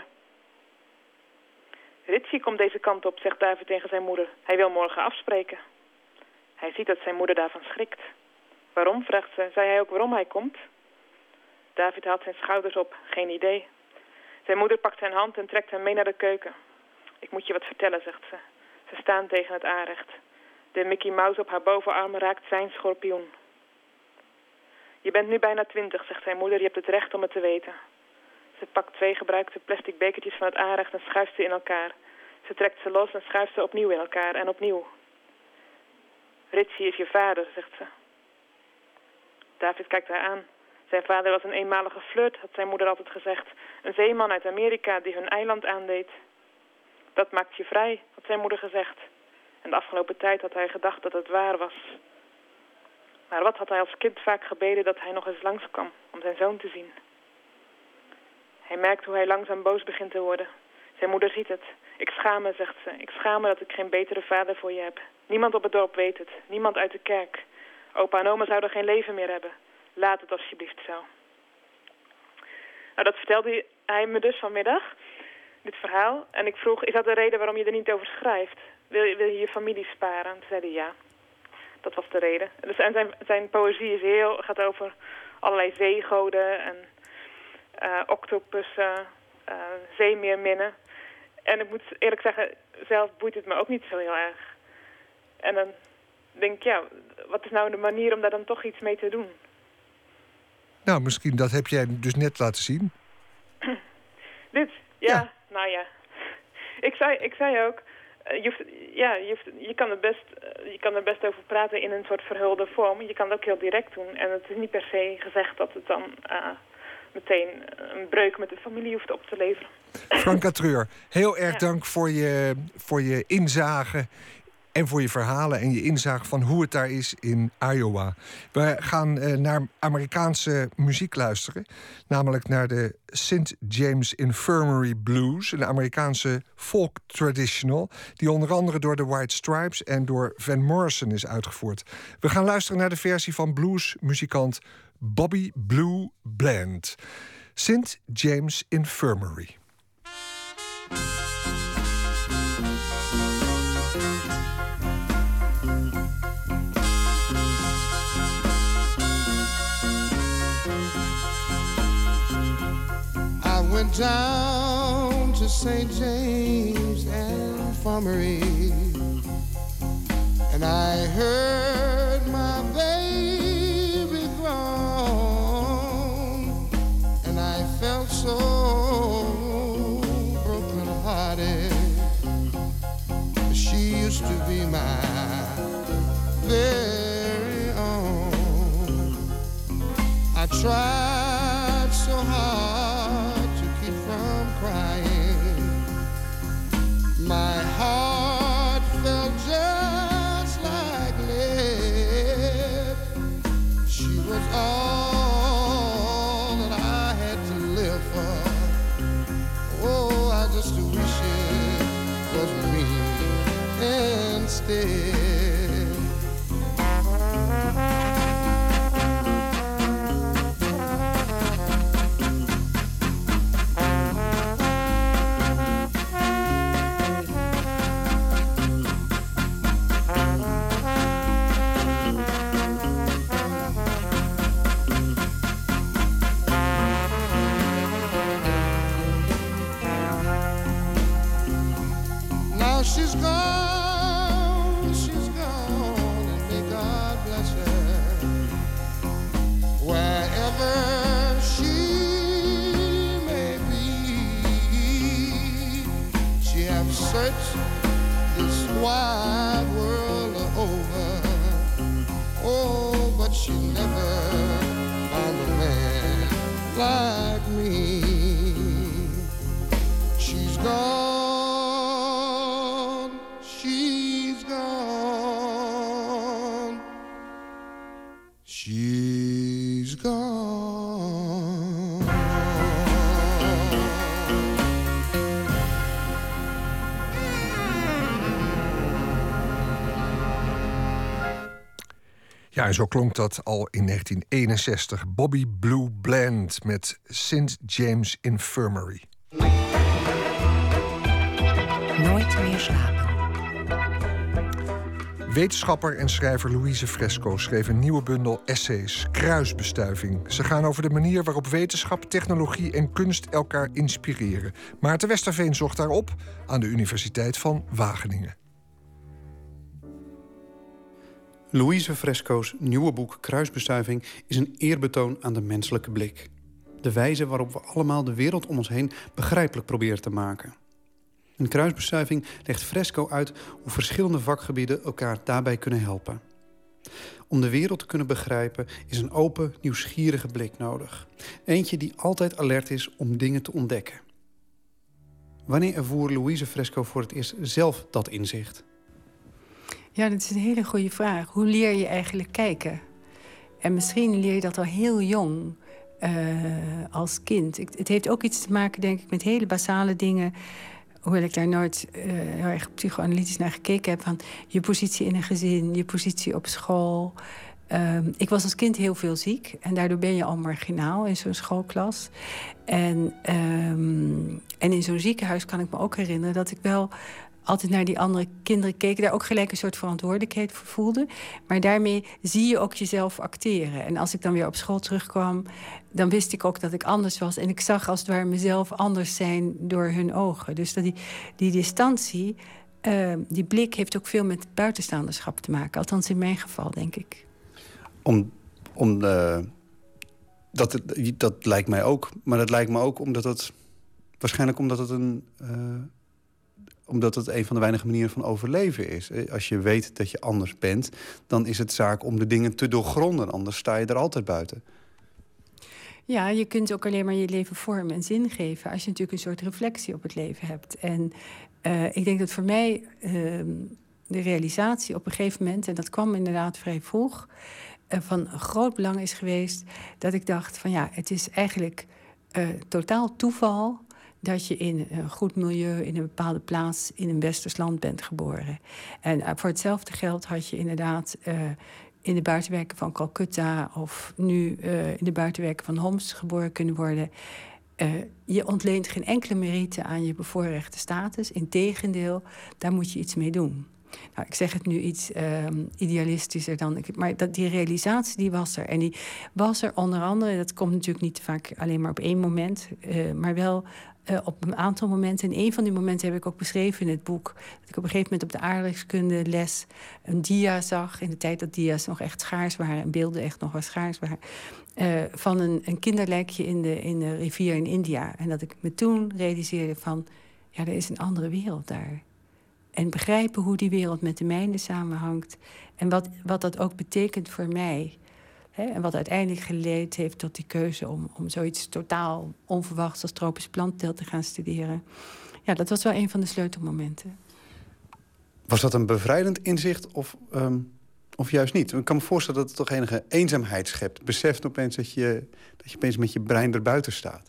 Ritchie komt deze kant op, zegt David tegen zijn moeder. Hij wil morgen afspreken. Hij ziet dat zijn moeder daarvan schrikt. Waarom, vraagt ze. Zei hij ook waarom hij komt? David haalt zijn schouders op. Geen idee. Zijn moeder pakt zijn hand en trekt hem mee naar de keuken. Ik moet je wat vertellen, zegt ze. Ze staan tegen het aanrecht. De Mickey Mouse op haar bovenarm raakt zijn schorpioen. Je bent nu bijna 20, zegt zijn moeder. Je hebt het recht om het te weten. Ze pakt 2 gebruikte plastic bekertjes van het aanrecht en schuift ze in elkaar. Ze trekt ze los en schuift ze opnieuw in elkaar en opnieuw. Ritchie is je vader, zegt ze. David kijkt haar aan. Zijn vader was een eenmalige flirt, had zijn moeder altijd gezegd. Een zeeman uit Amerika die hun eiland aandeed. Dat maakt je vrij, had zijn moeder gezegd. En de afgelopen tijd had hij gedacht dat het waar was. Maar wat had hij als kind vaak gebeden dat hij nog eens langskwam om zijn zoon te zien. Hij merkt hoe hij langzaam boos begint te worden. Zijn moeder ziet het. Ik schaam me, zegt ze. Ik schaam me dat ik geen betere vader voor je heb. Niemand op het dorp weet het. Niemand uit de kerk. Opa en oma zouden geen leven meer hebben. Laat het alsjeblieft zo. Nou, dat vertelde hij me dus vanmiddag, dit verhaal. En ik vroeg, is dat de reden waarom je er niet over schrijft? Wil je je familie sparen? En toen zei hij ja. Dat was de reden. Dus, en zijn poëzie gaat over allerlei zeegoden en octopussen, zeemeerminnen. En ik moet eerlijk zeggen, zelf boeit het me ook niet zo heel erg. En dan denk ik, ja, wat is nou de manier om daar dan toch iets mee te doen? Nou, misschien dat heb jij dus net laten zien. Dit? Ja, nou ja. Ik zei ook, je kan er best over praten in een soort verhulde vorm. Je kan het ook heel direct doen. En het is niet per se gezegd dat het dan meteen een breuk met de familie hoeft op te leveren. Franka Treur, heel erg dank voor je inzage en voor je verhalen en je inzage van hoe het daar is in Iowa. We gaan naar Amerikaanse muziek luisteren. Namelijk naar de St. James Infirmary Blues. Een Amerikaanse folk traditional. Die onder andere door de White Stripes en door Van Morrison is uitgevoerd. We gaan luisteren naar de versie van bluesmuzikant Bobby Blue Bland. St. James Infirmary. Went down to St. James Infirmary, and I heard my baby groan, and I felt so broken-hearted. She used to be my very own. I tried so hard crying. My heart felt just like lead. She was all that I had to live for. Oh, I just wish it was me instead. She's gone, and may God bless her. Wherever she may be, she have searched this wide world over. Oh, but she never found a man like me. She's gone. She's gone. Ja, en zo klonk dat al in 1961. Bobby Blue Bland met St. James Infirmary. Nooit meer slapen. Wetenschapper en schrijver Louise Fresco schreef een nieuwe bundel essays, Kruisbestuiving. Ze gaan over de manier waarop wetenschap, technologie en kunst elkaar inspireren. Maarten Westerveen zocht daarop aan de Universiteit van Wageningen. Louise Fresco's nieuwe boek Kruisbestuiving is een eerbetoon aan de menselijke blik. De wijze waarop we allemaal de wereld om ons heen begrijpelijk proberen te maken. In Kruisbestuiving legt Fresco uit hoe verschillende vakgebieden elkaar daarbij kunnen helpen. Om de wereld te kunnen begrijpen is een open, nieuwsgierige blik nodig. Eentje die altijd alert is om dingen te ontdekken. Wanneer ervoer Louise Fresco voor het eerst zelf dat inzicht? Ja, dat is een hele goede vraag. Hoe leer je eigenlijk kijken? En misschien leer je dat al heel jong, als kind. Het heeft ook iets te maken, denk ik, met hele basale dingen. Hoewel ik daar nooit heel erg psychoanalytisch naar gekeken heb. Van je positie in een gezin, je positie op school. Ik was als kind heel veel ziek. En daardoor ben je al marginaal in zo'n schoolklas. En in zo'n ziekenhuis kan ik me ook herinneren dat ik wel altijd naar die andere kinderen keek, daar ook gelijk een soort verantwoordelijkheid voor voelde. Maar daarmee zie je ook jezelf acteren. En als ik dan weer op school terugkwam, dan wist ik ook dat ik anders was. En ik zag als het ware mezelf anders zijn door hun ogen. Dus die distantie, die blik heeft ook veel met buitenstaanderschap te maken. Althans in mijn geval, denk ik. Dat lijkt mij ook. Maar dat lijkt me ook omdat het waarschijnlijk omdat het een van de weinige manieren van overleven is. Als je weet dat je anders bent, dan is het zaak om de dingen te doorgronden. Anders sta je er altijd buiten. Ja, je kunt ook alleen maar je leven vorm en zin geven als je natuurlijk een soort reflectie op het leven hebt. En ik denk dat voor mij de realisatie op een gegeven moment, en dat kwam inderdaad vrij vroeg, van groot belang is geweest dat ik dacht van ja, het is eigenlijk totaal toeval dat je in een goed milieu, in een bepaalde plaats, in een westers land bent geboren. En voor hetzelfde geld had je inderdaad in de buitenwijken van Calcutta of nu in de buitenwijken van Homs geboren kunnen worden. Je ontleent geen enkele merite aan je bevoorrechte status. Integendeel, daar moet je iets mee doen. Nou, ik zeg het nu iets idealistischer dan maar die realisatie die was er. En die was er onder andere, dat komt natuurlijk niet vaak alleen maar op één moment, maar wel op een aantal momenten. En een van die momenten heb ik ook beschreven in het boek. Dat ik op een gegeven moment op de aardrijkskunde les een dia zag, in de tijd dat dia's nog echt schaars waren en beelden echt nog wel schaars waren, van een kinderlijkje in de rivier in India. En dat ik me toen realiseerde van, ja, er is een andere wereld daar. En begrijpen hoe die wereld met de mijne samenhangt. En wat dat ook betekent voor mij. Hè? En wat uiteindelijk geleid heeft tot die keuze om zoiets totaal onverwachts als tropisch plantteelt te gaan studeren. Ja, dat was wel een van de sleutelmomenten. Was dat een bevrijdend inzicht of juist niet? Ik kan me voorstellen dat het toch enige eenzaamheid schept. Beseft opeens dat je opeens met je brein erbuiten staat.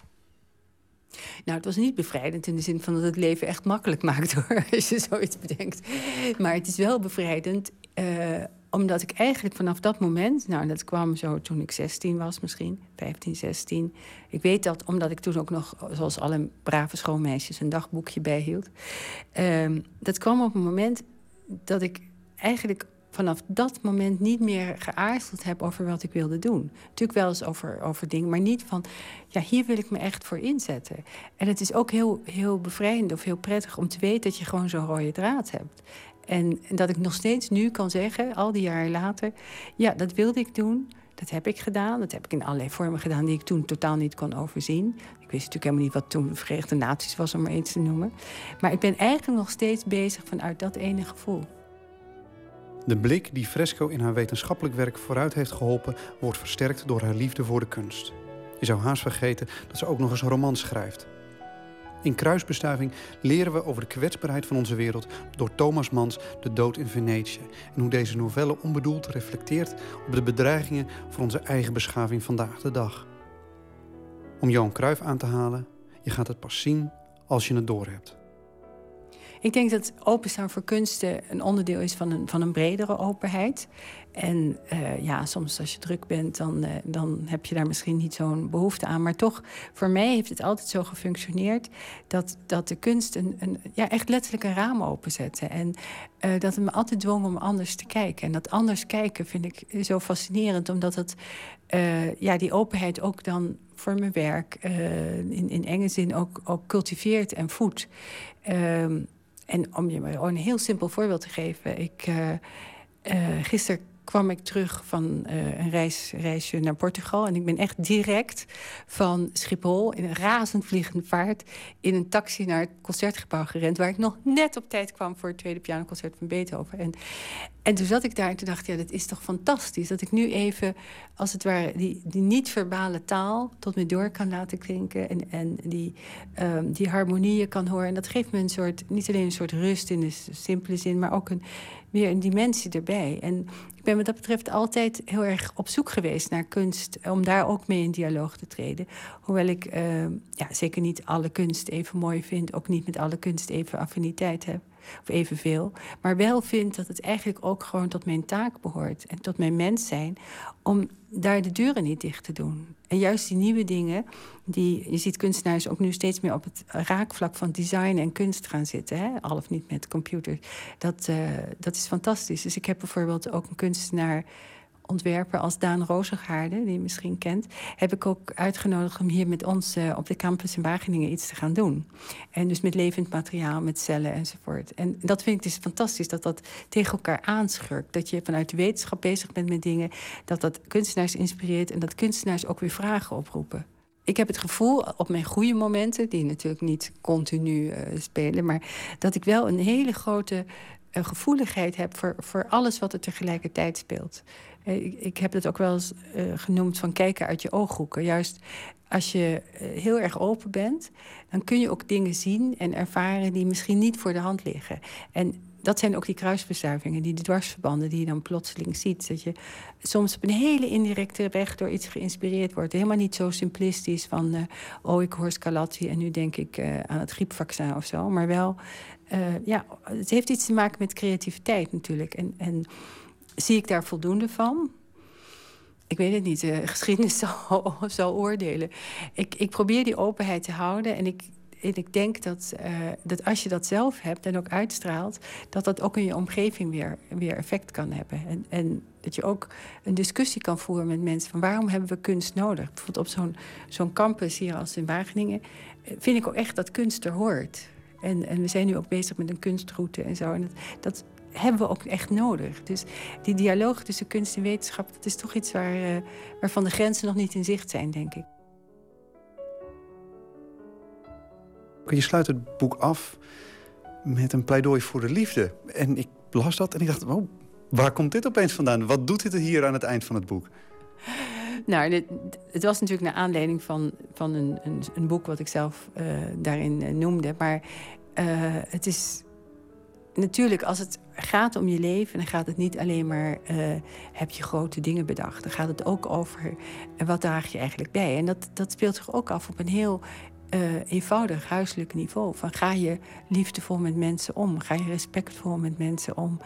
Nou, het was niet bevrijdend in de zin van dat het leven echt makkelijk maakt, hoor, als je zoiets bedenkt. Maar het is wel bevrijdend, omdat ik eigenlijk vanaf dat moment, nou, dat kwam zo toen ik 16 was misschien, 15, 16. Ik weet dat omdat ik toen ook nog, zoals alle brave schoolmeisjes, een dagboekje bijhield. Dat kwam op een moment dat ik eigenlijk vanaf dat moment niet meer geaarzeld heb over wat ik wilde doen. Natuurlijk wel eens over dingen, maar niet van, ja, hier wil ik me echt voor inzetten. En het is ook heel, heel bevrijdend of heel prettig om te weten dat je gewoon zo'n rode draad hebt. En dat ik nog steeds nu kan zeggen, al die jaren later, ja, dat wilde ik doen. Dat heb ik gedaan. Dat heb ik in allerlei vormen gedaan die ik toen totaal niet kon overzien. Ik wist natuurlijk helemaal niet wat toen de Verenigde Naties was, om maar eens te noemen. Maar ik ben eigenlijk nog steeds bezig vanuit dat ene gevoel. De blik die Fresco in haar wetenschappelijk werk vooruit heeft geholpen, wordt versterkt door haar liefde voor de kunst. Je zou haast vergeten dat ze ook nog eens romans schrijft. In Kruisbestuiving leren we over de kwetsbaarheid van onze wereld door Thomas Manns De Dood in Venetië en hoe deze novelle onbedoeld reflecteert op de bedreigingen voor onze eigen beschaving vandaag de dag. Om Johan Cruijff aan te halen, je gaat het pas zien als je het doorhebt. Ik denk dat openstaan voor kunsten een onderdeel is van een bredere openheid. En ja, soms als je druk bent, dan heb je daar misschien niet zo'n behoefte aan. Maar toch, voor mij heeft het altijd zo gefunctioneerd dat de kunst echt letterlijk een raam openzette. En dat het me altijd dwong om anders te kijken. En dat anders kijken vind ik zo fascinerend, omdat het die openheid ook dan voor mijn werk in enge zin ook cultiveert en voedt. En om je maar een heel simpel voorbeeld te geven. Gisteren kwam ik terug van een reisje naar Portugal. En ik ben echt direct van Schiphol in een razend vliegende vaart in een taxi naar het Concertgebouw gerend, waar ik nog net op tijd kwam voor het tweede pianoconcert van Beethoven. En toen zat ik daar en toen dacht ik, dat is toch fantastisch... dat ik nu even, als het ware, die niet-verbale taal... tot me door kan laten klinken en die harmonieën kan horen. En dat geeft me een soort, niet alleen een soort rust in de simpele zin... maar ook weer een dimensie erbij. En ik ben wat dat betreft altijd heel erg op zoek geweest naar kunst... om daar ook mee in dialoog te treden. Hoewel ik zeker niet alle kunst even mooi vind... ook niet met alle kunst even affiniteit heb. Of evenveel. Maar wel vind dat het eigenlijk ook gewoon tot mijn taak behoort. En tot mijn mens zijn. Om daar de deuren niet dicht te doen. En juist die nieuwe dingen. Je ziet kunstenaars ook nu steeds meer op het raakvlak van design en kunst gaan zitten. Hè? Al of niet met computers. Dat is fantastisch. Dus ik heb bijvoorbeeld ook een kunstenaar... ontwerper als Daan Rozengaarde, die je misschien kent... heb ik ook uitgenodigd om hier met ons op de campus in Wageningen iets te gaan doen. En dus met levend materiaal, met cellen enzovoort. En dat vind ik dus fantastisch, dat tegen elkaar aanschurkt. Dat je vanuit de wetenschap bezig bent met dingen... dat kunstenaars inspireert en dat kunstenaars ook weer vragen oproepen. Ik heb het gevoel, op mijn goede momenten... die natuurlijk niet continu spelen... maar dat ik wel een hele grote gevoeligheid heb... voor alles wat er tegelijkertijd speelt. Ik heb het ook wel eens genoemd van kijken uit je ooghoeken. Juist als je heel erg open bent... dan kun je ook dingen zien en ervaren die misschien niet voor de hand liggen. En dat zijn ook die kruisbestuivingen, die dwarsverbanden... die je dan plotseling ziet. Dat je soms op een hele indirecte weg door iets geïnspireerd wordt. Helemaal niet zo simplistisch van... ik hoor Scarlatti en nu denk ik aan het griepvaccin of zo. Maar wel, het heeft iets te maken met creativiteit natuurlijk. En zie ik daar voldoende van? Ik weet het niet. De geschiedenis zal oordelen. Ik probeer die openheid te houden. En ik denk dat als je dat zelf hebt en ook uitstraalt... dat ook in je omgeving weer effect kan hebben. En dat je ook een discussie kan voeren met mensen... van waarom hebben we kunst nodig? Bijvoorbeeld op zo'n campus hier als in Wageningen... vind ik ook echt dat kunst er hoort. En we zijn nu ook bezig met een kunstroute en zo. En dat hebben we ook echt nodig. Dus die dialoog tussen kunst en wetenschap... dat is toch iets waarvan de grenzen nog niet in zicht zijn, denk ik. Je sluit het boek af met een pleidooi voor de liefde. En ik las dat en ik dacht, waar komt dit opeens vandaan? Wat doet dit hier aan het eind van het boek? Nou, het was natuurlijk naar aanleiding van een boek... wat ik zelf daarin noemde. Maar het is... Natuurlijk, als het gaat om je leven... dan gaat het niet alleen maar... heb je grote dingen bedacht. Dan gaat het ook over... wat draag je eigenlijk bij. En dat speelt zich ook af op een heel... eenvoudig huiselijk niveau. Van ga je liefdevol met mensen om? Ga je respectvol met mensen om?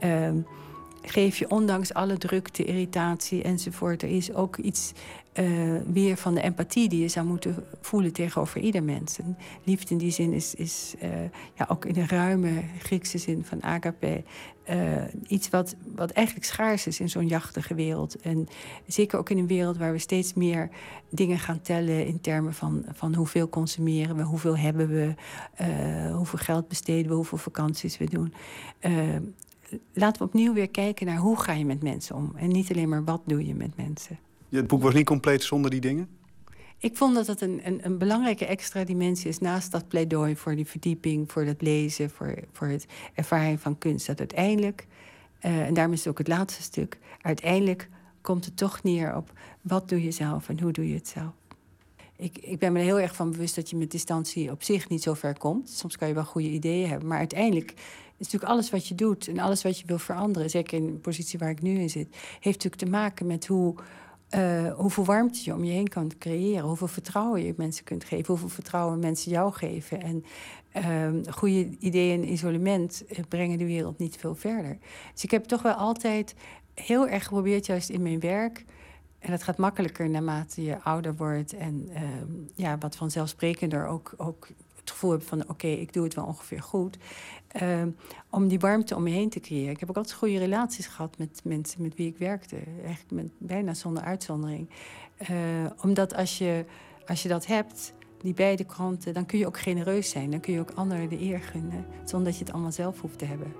Geef je ondanks alle drukte, irritatie enzovoort... er is ook iets weer van de empathie die je zou moeten voelen tegenover ieder mens. En liefde in die zin is ook in de ruime Griekse zin van agape... iets wat eigenlijk schaars is in zo'n jachtige wereld. En zeker ook in een wereld waar we steeds meer dingen gaan tellen... in termen van hoeveel consumeren we, hoeveel hebben we... hoeveel geld besteden we, hoeveel vakanties we doen... laten we opnieuw weer kijken naar hoe ga je met mensen om. En niet alleen maar wat doe je met mensen. Het boek was niet compleet zonder die dingen? Ik vond dat het een belangrijke extra dimensie is... naast dat pleidooi voor die verdieping, voor het lezen... voor het ervaren van kunst. Dat uiteindelijk, en daarom is het ook het laatste stuk... uiteindelijk komt het toch neer op wat doe je zelf en hoe doe je het zelf. Ik ben me er heel erg van bewust dat je met distantie op zich niet zo ver komt. Soms kan je wel goede ideeën hebben, maar uiteindelijk... is natuurlijk alles wat je doet en alles wat je wil veranderen... zeker in de positie waar ik nu in zit... heeft natuurlijk te maken met hoeveel warmte je om je heen kan creëren... hoeveel vertrouwen je mensen kunt geven... hoeveel vertrouwen mensen jou geven. En goede ideeën en isolement brengen de wereld niet veel verder. Dus ik heb toch wel altijd heel erg geprobeerd... juist in mijn werk... en dat gaat makkelijker naarmate je ouder wordt... en wat vanzelfsprekender ook het gevoel heb van... oké, ik doe het wel ongeveer goed... om die warmte om me heen te creëren. Ik heb ook altijd goede relaties gehad met mensen met wie ik werkte. Eigenlijk bijna zonder uitzondering. Omdat als je dat hebt, die beide kanten... dan kun je ook genereus zijn. Dan kun je ook anderen de eer gunnen. Zonder dat je het allemaal zelf hoeft te hebben.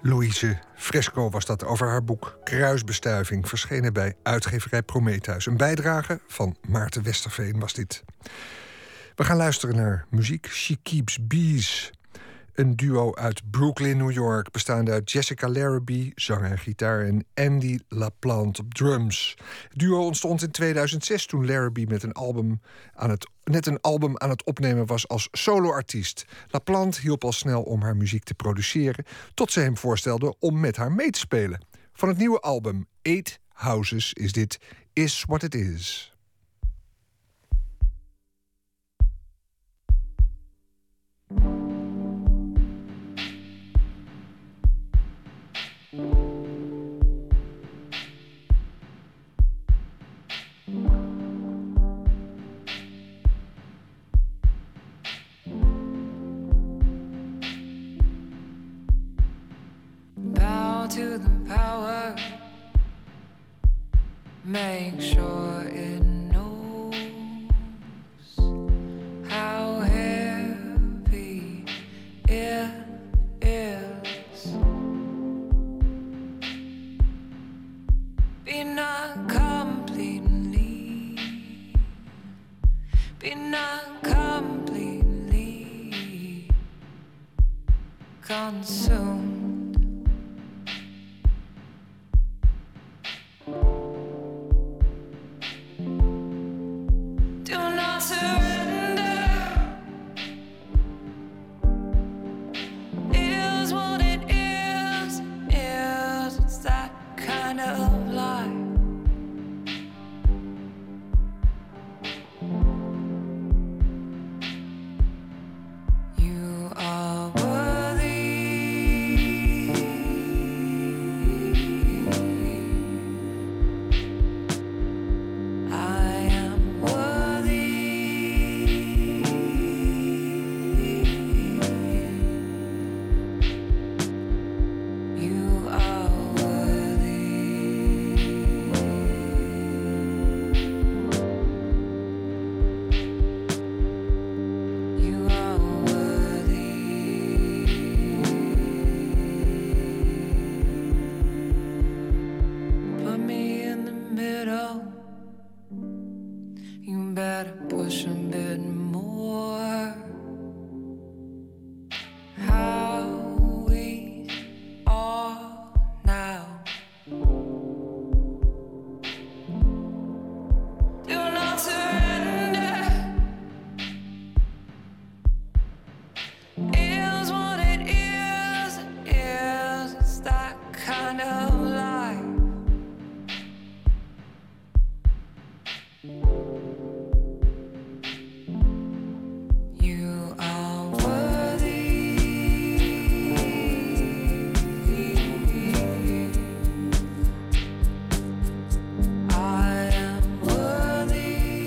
Louise Fresco was dat over haar boek Kruisbestuiving, verschenen bij uitgeverij Prometheus. Een bijdrage van Maarten Westerveen was dit. We gaan luisteren naar muziek. She Keeps Bees. Een duo uit Brooklyn, New York, bestaande uit Jessica Larrabee, zang en gitaar, en Andy LaPlante op drums. Het duo ontstond in 2006 toen Larrabee met net een album aan het opnemen was als soloartiest. LaPlante hielp al snel om haar muziek te produceren, tot ze hem voorstelde om met haar mee te spelen. Van het nieuwe album 8 Houses is dit Is What It Is. Bow to the power, make sure it knows how heavy it is. Be not completely consumed. Do not surrender. Is what it is. It's that kind of life. You are worthy. I am worthy. You are worthy. You are worthy. Put me in the middle. You better push a bit more. How we are now. Do not surrender. Is what it is. It's that kind of life. You are worthy. I am worthy.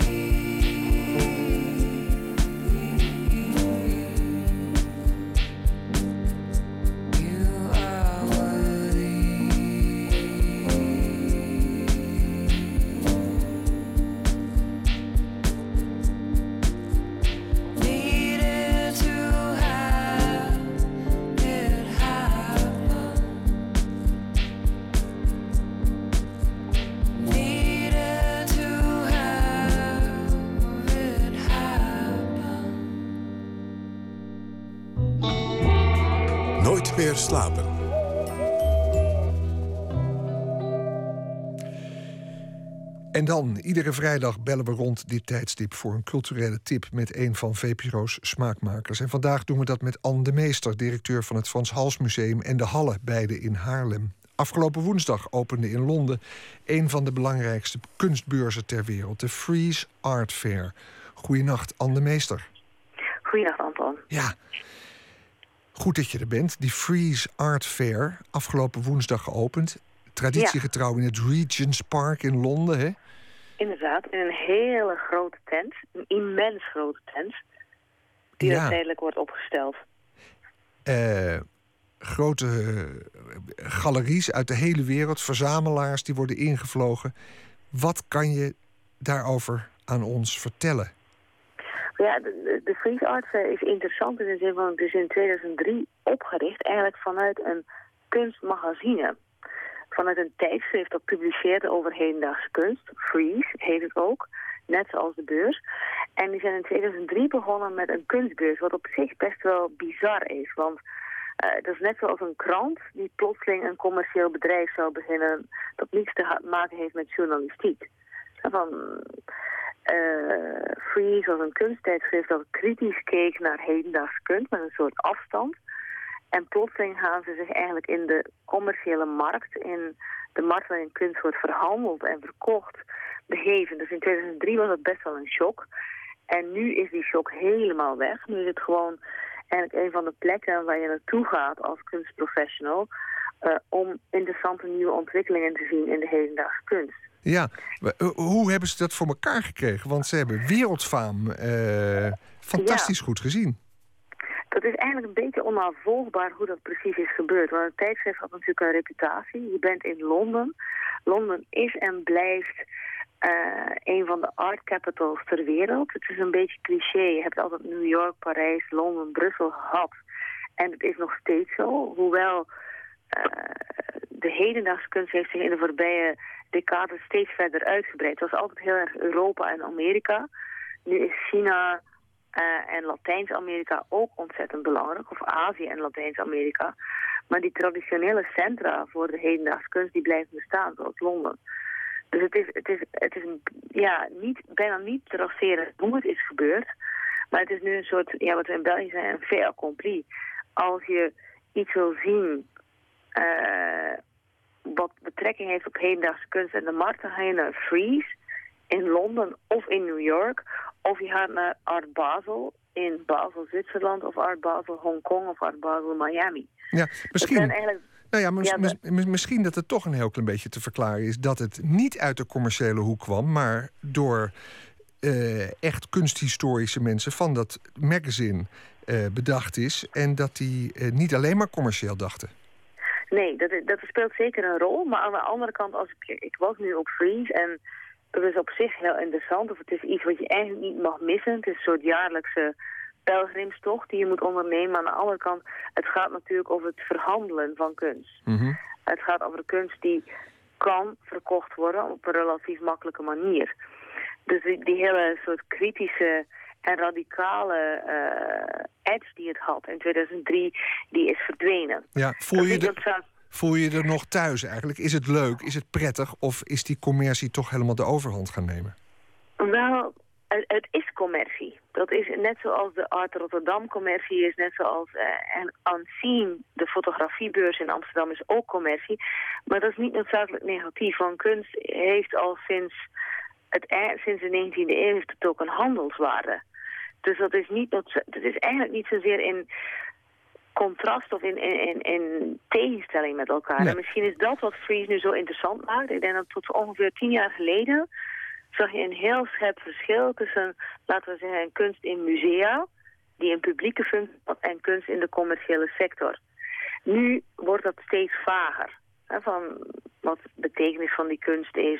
You are worthy. Needed to have it happen. Needed to have it happen. Nooit meer slapen. En dan, iedere vrijdag bellen we rond dit tijdstip voor een culturele tip met een van VPRO's smaakmakers. En vandaag doen we dat met Anne de Meester, directeur van het Frans Hals Museum en de Halle, beide in Haarlem. Afgelopen woensdag opende in Londen een van de belangrijkste kunstbeurzen ter wereld, de Frieze Art Fair. Goedenacht, Anne de Meester. Goeiedag, Anton. Ja, goed dat je er bent. Die Frieze Art Fair, afgelopen woensdag geopend. Traditiegetrouw in het Regent's Park in Londen, hè? Inderdaad, in een hele grote tent. Een immens grote tent. Die Ja. tijdelijk wordt opgesteld. Grote galeries uit de hele wereld, verzamelaars die worden ingevlogen. Wat kan je daarover aan ons vertellen? Ja, de Frieze Art Fair is interessant in de zin van het is in 2003 opgericht. Eigenlijk vanuit een kunstmagazine. Vanuit een tijdschrift dat publiceerde over hedendaagse kunst. Frieze heet het ook, net zoals de beurs. En die zijn in 2003 begonnen met een kunstbeurs, wat op zich best wel bizar is. Want dat is net zoals een krant die plotseling een commercieel bedrijf zou beginnen dat niets te maken heeft met journalistiek. Frieze was een kunsttijdschrift dat kritisch keek naar hedendaagse kunst met een soort afstand. En plotseling gaan ze zich eigenlijk in de commerciële markt, in de markt waarin kunst wordt verhandeld en verkocht, begeven. Dus in 2003 was het best wel een shock. En nu is die shock helemaal weg. Nu is het gewoon eigenlijk een van de plekken waar je naartoe gaat als kunstprofessional om interessante nieuwe ontwikkelingen te zien in de hedendaagse kunst. Ja, hoe hebben ze dat voor elkaar gekregen? Want ze hebben wereldfaam fantastisch goed gezien. Dat is eigenlijk een beetje onnavolgbaar hoe dat precies is gebeurd. Want het tijdschrift had natuurlijk een reputatie. Je bent in Londen. Londen is en blijft een van de art capitals ter wereld. Het is een beetje cliché. Je hebt altijd New York, Parijs, Londen, Brussel gehad. En het is nog steeds zo. Hoewel de hedendaagse kunst heeft zich in de voorbije decades steeds verder uitgebreid. Het was altijd heel erg Europa en Amerika. Nu is China en Latijns-Amerika ook ontzettend belangrijk. Of Azië en Latijns-Amerika. Maar die traditionele centra voor de hedendaagse kunst die blijven bestaan, zoals Londen. Dus het is bijna niet te traceren hoe het is gebeurd. Maar het is nu een soort, wat we in België zeggen, een fait accompli. Als je iets wil zien wat betrekking heeft op hedendaagse kunst en de markt, dan ga je naar Frieze in Londen of in New York. Of je gaat naar Art Basel in Basel, Zwitserland, of Art Basel, Hongkong, of Art Basel, Miami. Ja, misschien dat het toch een heel klein beetje te verklaren is dat het niet uit de commerciële hoek kwam, maar door echt kunsthistorische mensen van dat magazine bedacht is en dat die niet alleen maar commercieel dachten. Nee, dat speelt zeker een rol. Maar aan de andere kant, ik was nu op Frieze en het is op zich heel interessant. Of het is iets wat je eigenlijk niet mag missen. Het is een soort jaarlijkse pelgrimstocht die je moet ondernemen. Maar aan de andere kant, het gaat natuurlijk over het verhandelen van kunst. Mm-hmm. Het gaat over de kunst die kan verkocht worden op een relatief makkelijke manier. Dus die hele soort kritische en radicale edge die het had in 2003, die is verdwenen. Ja, voel je er nog thuis eigenlijk? Is het leuk? Is het prettig? Of is die commercie toch helemaal de overhand gaan nemen? Wel, het is commercie. Dat is net zoals de Art Rotterdam commercie is, net zoals Unseen, de fotografiebeurs in Amsterdam, is ook commercie. Maar dat is niet noodzakelijk negatief, want kunst heeft al sinds de 19e eeuw heeft het ook een handelswaarde. Dus dat is eigenlijk niet zozeer in contrast of in tegenstelling met elkaar. Nee. En misschien is dat wat Frieze nu zo interessant maakt. Ik denk dat tot ongeveer 10 jaar geleden zag je een heel scherp verschil tussen, laten we zeggen, kunst in musea, die een publieke functie had, en kunst in de commerciële sector. Nu wordt dat steeds vager. Van wat de betekenis van die kunst is,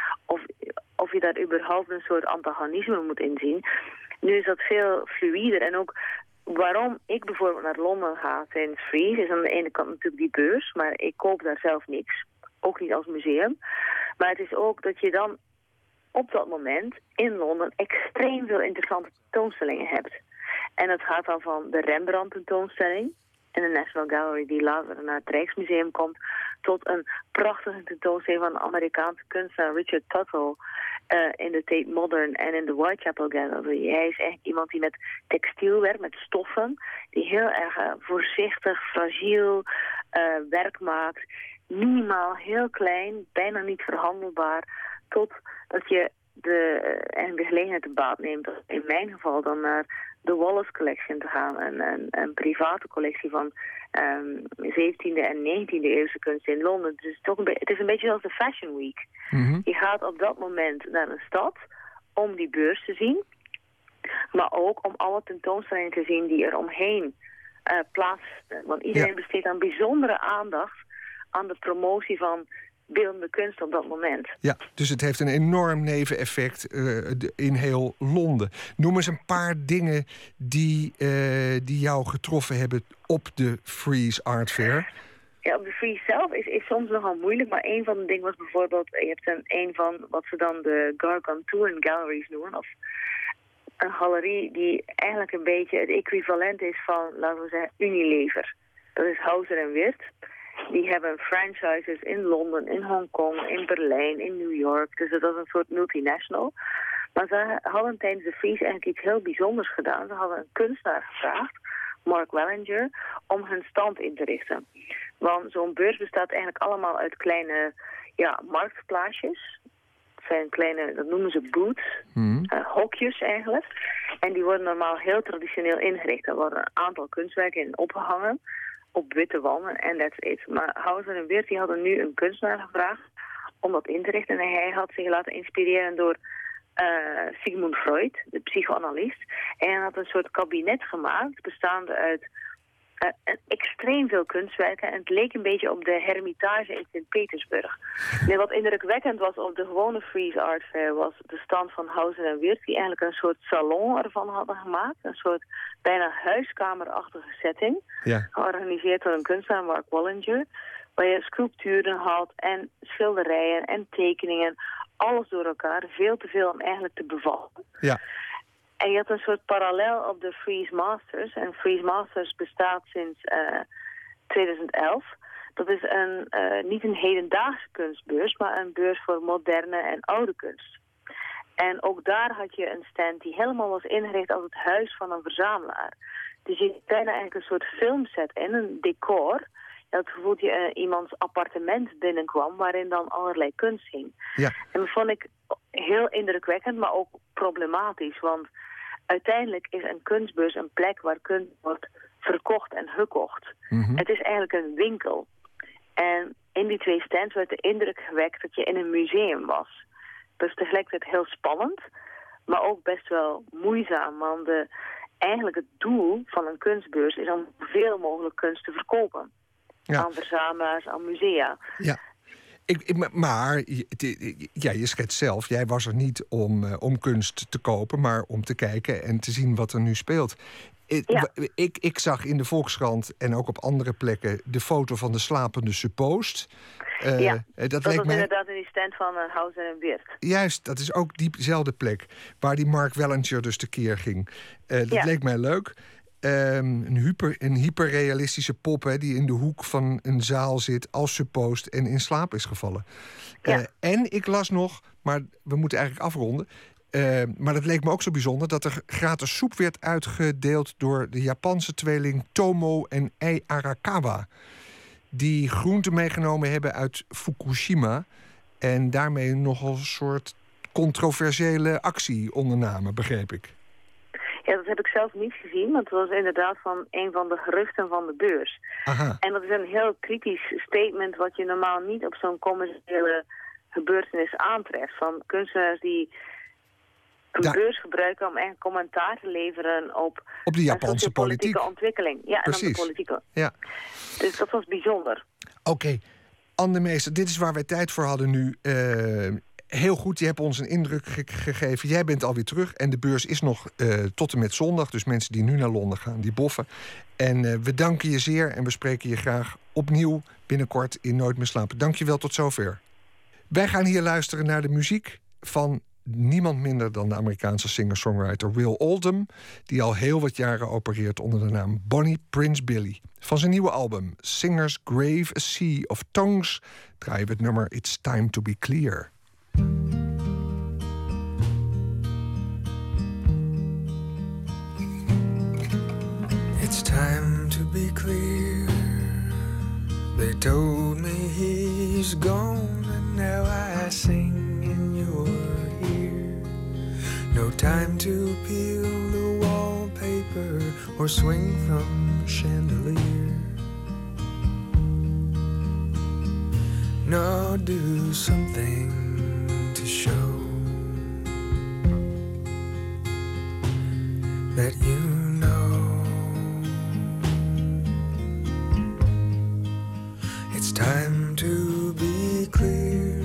of je daar überhaupt een soort antagonisme moet inzien. Nu is dat veel fluïder. En ook waarom ik bijvoorbeeld naar Londen ga tijdens Frieze is aan de ene kant natuurlijk die beurs, maar ik koop daar zelf niks. Ook niet als museum. Maar het is ook dat je dan op dat moment in Londen extreem veel interessante tentoonstellingen hebt. En dat gaat dan van de Rembrandt tentoonstelling in de National Gallery die later naar het Rijksmuseum komt, tot een prachtige tentoonstelling van de Amerikaanse kunstenaar Richard Tuttle in de Tate Modern en in de Whitechapel Gallery. Hij is echt iemand die met textiel werkt, met stoffen, die heel erg voorzichtig, fragiel werk maakt. Minimaal, heel klein, bijna niet verhandelbaar, tot dat je de gelegenheid te baat neemt, in mijn geval dan naar de Wallace Collection te gaan, een private collectie van 17e en 19e eeuwse kunst in Londen. Dus het is een beetje zoals de Fashion Week. Mm-hmm. Je gaat op dat moment naar een stad om die beurs te zien, maar ook om alle tentoonstellingen te zien die er omheen plaatsvinden. Want iedereen besteedt aan bijzondere aandacht aan de promotie van beeldende kunst op dat moment. Ja, dus het heeft een enorm neveneffect in heel Londen. Noem eens een paar dingen die jou getroffen hebben op de Frieze Art Fair. Ja, op de Frieze zelf is soms nogal moeilijk, maar een van de dingen was bijvoorbeeld, je hebt een van wat ze dan de Gargantuan Galleries noemen, of een galerie die eigenlijk een beetje het equivalent is van, laten we zeggen, Unilever. Dat is Hauser & Wirth. Die hebben franchises in Londen, in Hongkong, in Berlijn, in New York. Dus dat is een soort multinational. Maar ze hadden tijdens de Frieze eigenlijk iets heel bijzonders gedaan. Ze hadden een kunstenaar gevraagd, Mark Wellinger, om hun stand in te richten. Want zo'n beurs bestaat eigenlijk allemaal uit kleine marktplaatsjes. Het zijn kleine, dat noemen ze booths, hokjes eigenlijk. En die worden normaal heel traditioneel ingericht. Er worden een aantal kunstwerken in opgehangen op witte wanden en that's it. Maar Hauser & Wirth die hadden nu een kunstenaar gevraagd om dat in te richten. En hij had zich laten inspireren door Sigmund Freud, de psychoanalist. En hij had een soort kabinet gemaakt, bestaande uit extreem veel kunstwerken. En het leek een beetje op de Hermitage in Sint-Petersburg. Nee, wat indrukwekkend was op de gewone Frieze Art Fair was de stand van Hauser & Wirth, die eigenlijk een soort salon ervan hadden gemaakt. Een soort bijna huiskamerachtige setting. Ja. Georganiseerd door een kunstenaar, Mark Wellinger. Waar je sculpturen had en schilderijen en tekeningen. Alles door elkaar. Veel te veel om eigenlijk te bevallen. Ja. En je had een soort parallel op de Frieze Masters. En Frieze Masters bestaat sinds 2011. Dat is niet een hedendaagse kunstbeurs, maar een beurs voor moderne en oude kunst. En ook daar had je een stand die helemaal was ingericht als het huis van een verzamelaar. Dus je ziet bijna eigenlijk een soort filmset in, een decor. Dat gevoel je iemands appartement binnenkwam waarin dan allerlei kunst hing. Ja. En dat vond ik heel indrukwekkend, maar ook problematisch. Want uiteindelijk is een kunstbeurs een plek waar kunst wordt verkocht en gekocht. Mm-hmm. Het is eigenlijk een winkel. En in die twee stands werd de indruk gewekt dat je in een museum was. Dat is tegelijkertijd heel spannend, maar ook best wel moeizaam. Want eigenlijk het doel van een kunstbeurs is om zoveel mogelijk kunst te verkopen. Ja. Aan verzamelaars, aan musea. Ja. Maar je schetst zelf, jij was er niet om kunst te kopen, maar om te kijken en te zien wat er nu speelt. Ik zag in de Volkskrant en ook op andere plekken de foto van de slapende Supposed. Dat was inderdaad in die stand van Hauser & Wirth. Juist, dat is ook diezelfde plek waar die Mark Wellinger dus tekeer ging. Dat leek mij leuk. Een hyperrealistische pop die in de hoek van een zaal zit als Supposed en in slaap is gevallen. Ja. En ik las nog, maar we moeten eigenlijk afronden. Maar dat leek me ook zo bijzonder dat er gratis soep werd uitgedeeld door de Japanse tweeling Tomo en Ei Arakawa. Die groenten meegenomen hebben uit Fukushima en daarmee nogal een soort controversiële actie ondernamen, begreep ik. Ja, dat heb ik zelf niet gezien, want het was inderdaad van een van de geruchten van de beurs. Aha. En dat is een heel kritisch statement wat je normaal niet op zo'n commerciële gebeurtenis aantreft. Van kunstenaars die een beurs gebruiken om eigenlijk commentaar te leveren op de Japanse politieke ontwikkeling. Ja, precies. En op de politieke. Ja. Dus dat was bijzonder. Oké. Anne de Meester, dit is waar wij tijd voor hadden nu. Heel goed, je hebt ons een indruk gegeven. Jij bent alweer terug en de beurs is nog tot en met zondag. Dus mensen die nu naar Londen gaan, die boffen. En we danken je zeer en we spreken je graag opnieuw binnenkort in Nooit meer slapen. Dank je wel, tot zover. Wij gaan hier luisteren naar de muziek van niemand minder dan de Amerikaanse singer-songwriter Will Oldham, die al heel wat jaren opereert onder de naam Bonnie Prince Billy. Van zijn nieuwe album Singers Grave, A Sea of Tongues draaien we het nummer It's Time to Be Clear. It's time to be clear. They told me he's gone and now I sing in your ear. No time to peel the wallpaper or swing from the chandelier. No, do something to show that you know. It's time to be clear.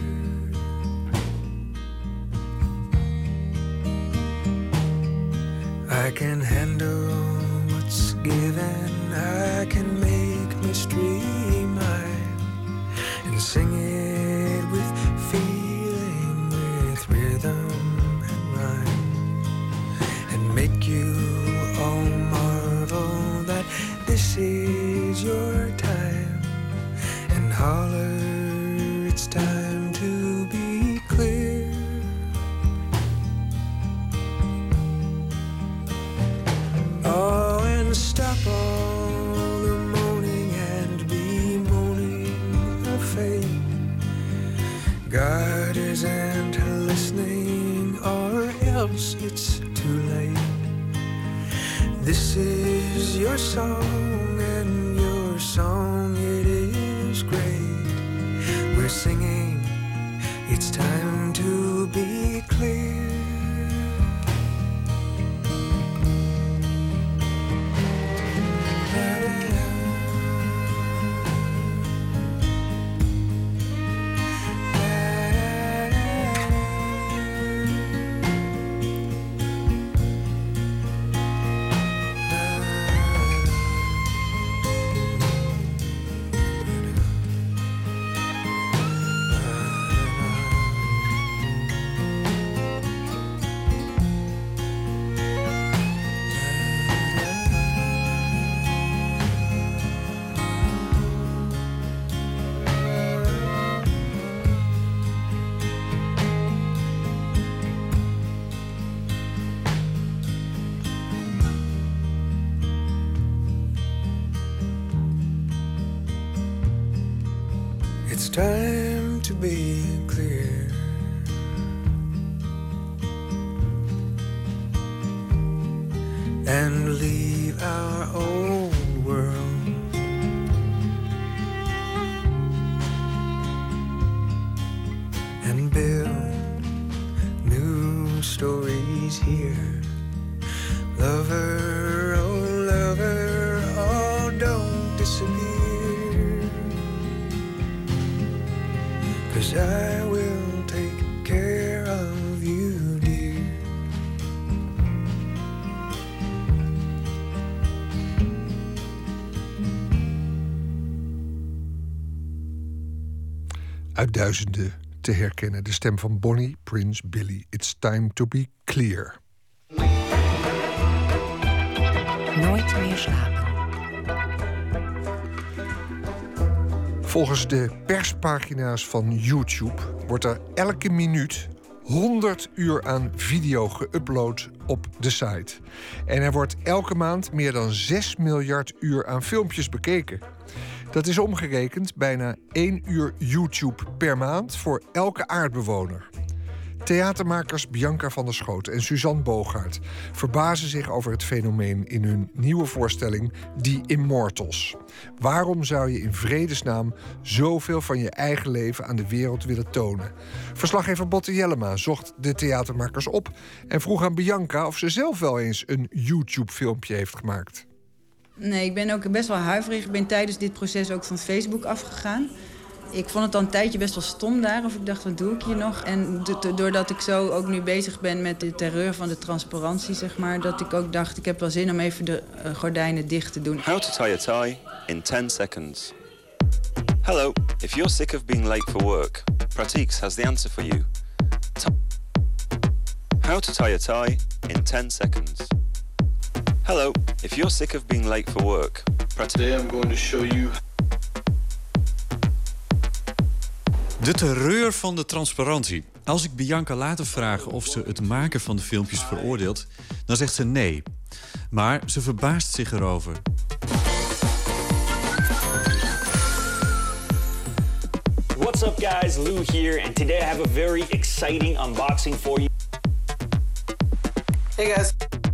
I can handle what's given. I can make mystery mine. God isn't listening, or else it's too late. This is your song, and your song, it is great. We're singing, it's time to be clear. It's time to be clear. And leave our old world. And build new stories here. Lover, oh lover, oh don't disappear. 'Cause I will take care of you, dear. Uit duizenden te herkennen. De stem van Bonnie Prince Billy. It's time to be clear. Nooit meer slapen. Volgens de perspagina's van YouTube wordt er elke minuut 100 uur aan video geüpload op de site. En er wordt elke maand meer dan 6 miljard uur aan filmpjes bekeken. Dat is omgerekend bijna 1 uur YouTube per maand voor elke aardbewoner. Theatermakers Bianca van der Schoot en Suzanne Bogaert verbazen zich over het fenomeen in hun nieuwe voorstelling The Immortals. Waarom zou je in vredesnaam zoveel van je eigen leven aan de wereld willen tonen? Verslaggever Botte Jellema zocht de theatermakers op en vroeg aan Bianca of ze zelf wel eens een YouTube-filmpje heeft gemaakt. Nee, ik ben ook best wel huiverig. Ik ben tijdens dit proces ook van Facebook afgegaan. Ik vond het al een tijdje best wel stom daar. Of ik dacht, wat doe ik hier nog? En doordat ik zo ook nu bezig ben met de terreur van de transparantie, zeg maar, dat ik ook dacht, ik heb wel zin om even de gordijnen dicht te doen. How to tie a tie in 10 seconds. Hello, if you're sick of being late for work, Pratiques has the answer for you. How to tie a tie in 10 seconds. Hello, if you're sick of being late for work, Today I'm going to show you. De terreur van de transparantie. Als ik Bianca later vraag of ze het maken van de filmpjes veroordeelt, dan zegt ze nee. Maar ze verbaast zich erover. What's up guys, Lou here, and today I have a very exciting unboxing for you. Hey guys.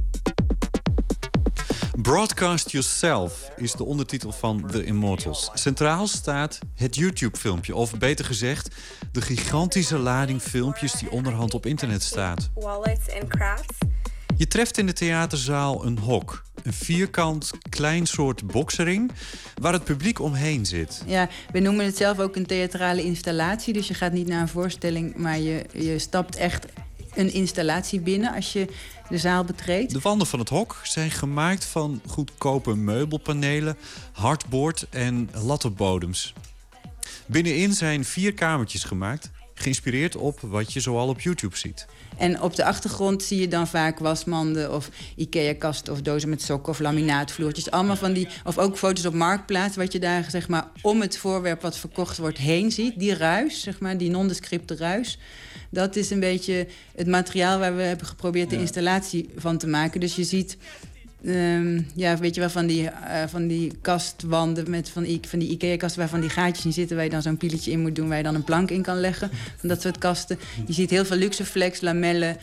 Broadcast Yourself is de ondertitel van The Immortals. Centraal staat het YouTube-filmpje, of beter gezegd, de gigantische lading filmpjes die onderhand op internet staat. Wallets en crafts. Je treft in de theaterzaal een hok. Een vierkant, klein soort boksering waar het publiek omheen zit. Ja, we noemen het zelf ook een theatrale installatie. Dus je gaat niet naar een voorstelling, maar je stapt echt een installatie binnen als je de zaal betreedt. De wanden van het hok zijn gemaakt van goedkope meubelpanelen, hardboard en lattenbodems. Binnenin zijn 4 kamertjes gemaakt, geïnspireerd op wat je zoal op YouTube ziet. En op de achtergrond zie je dan vaak wasmanden of IKEA-kasten of dozen met sokken of laminaatvloertjes. Allemaal van die, of ook foto's op Marktplaats, wat je daar zeg maar om het voorwerp wat verkocht wordt heen ziet. Die ruis, zeg maar, die nondescripte ruis. Dat is een beetje het materiaal waar we hebben geprobeerd de installatie van te maken. Dus je ziet weet je wel, van die kastwanden met van die IKEA-kasten waarvan die gaatjes in zitten, waar je dan zo'n pieletje in moet doen, waar je dan een plank in kan leggen. Van dat soort kasten. Je ziet heel veel Luxeflex, lamellen,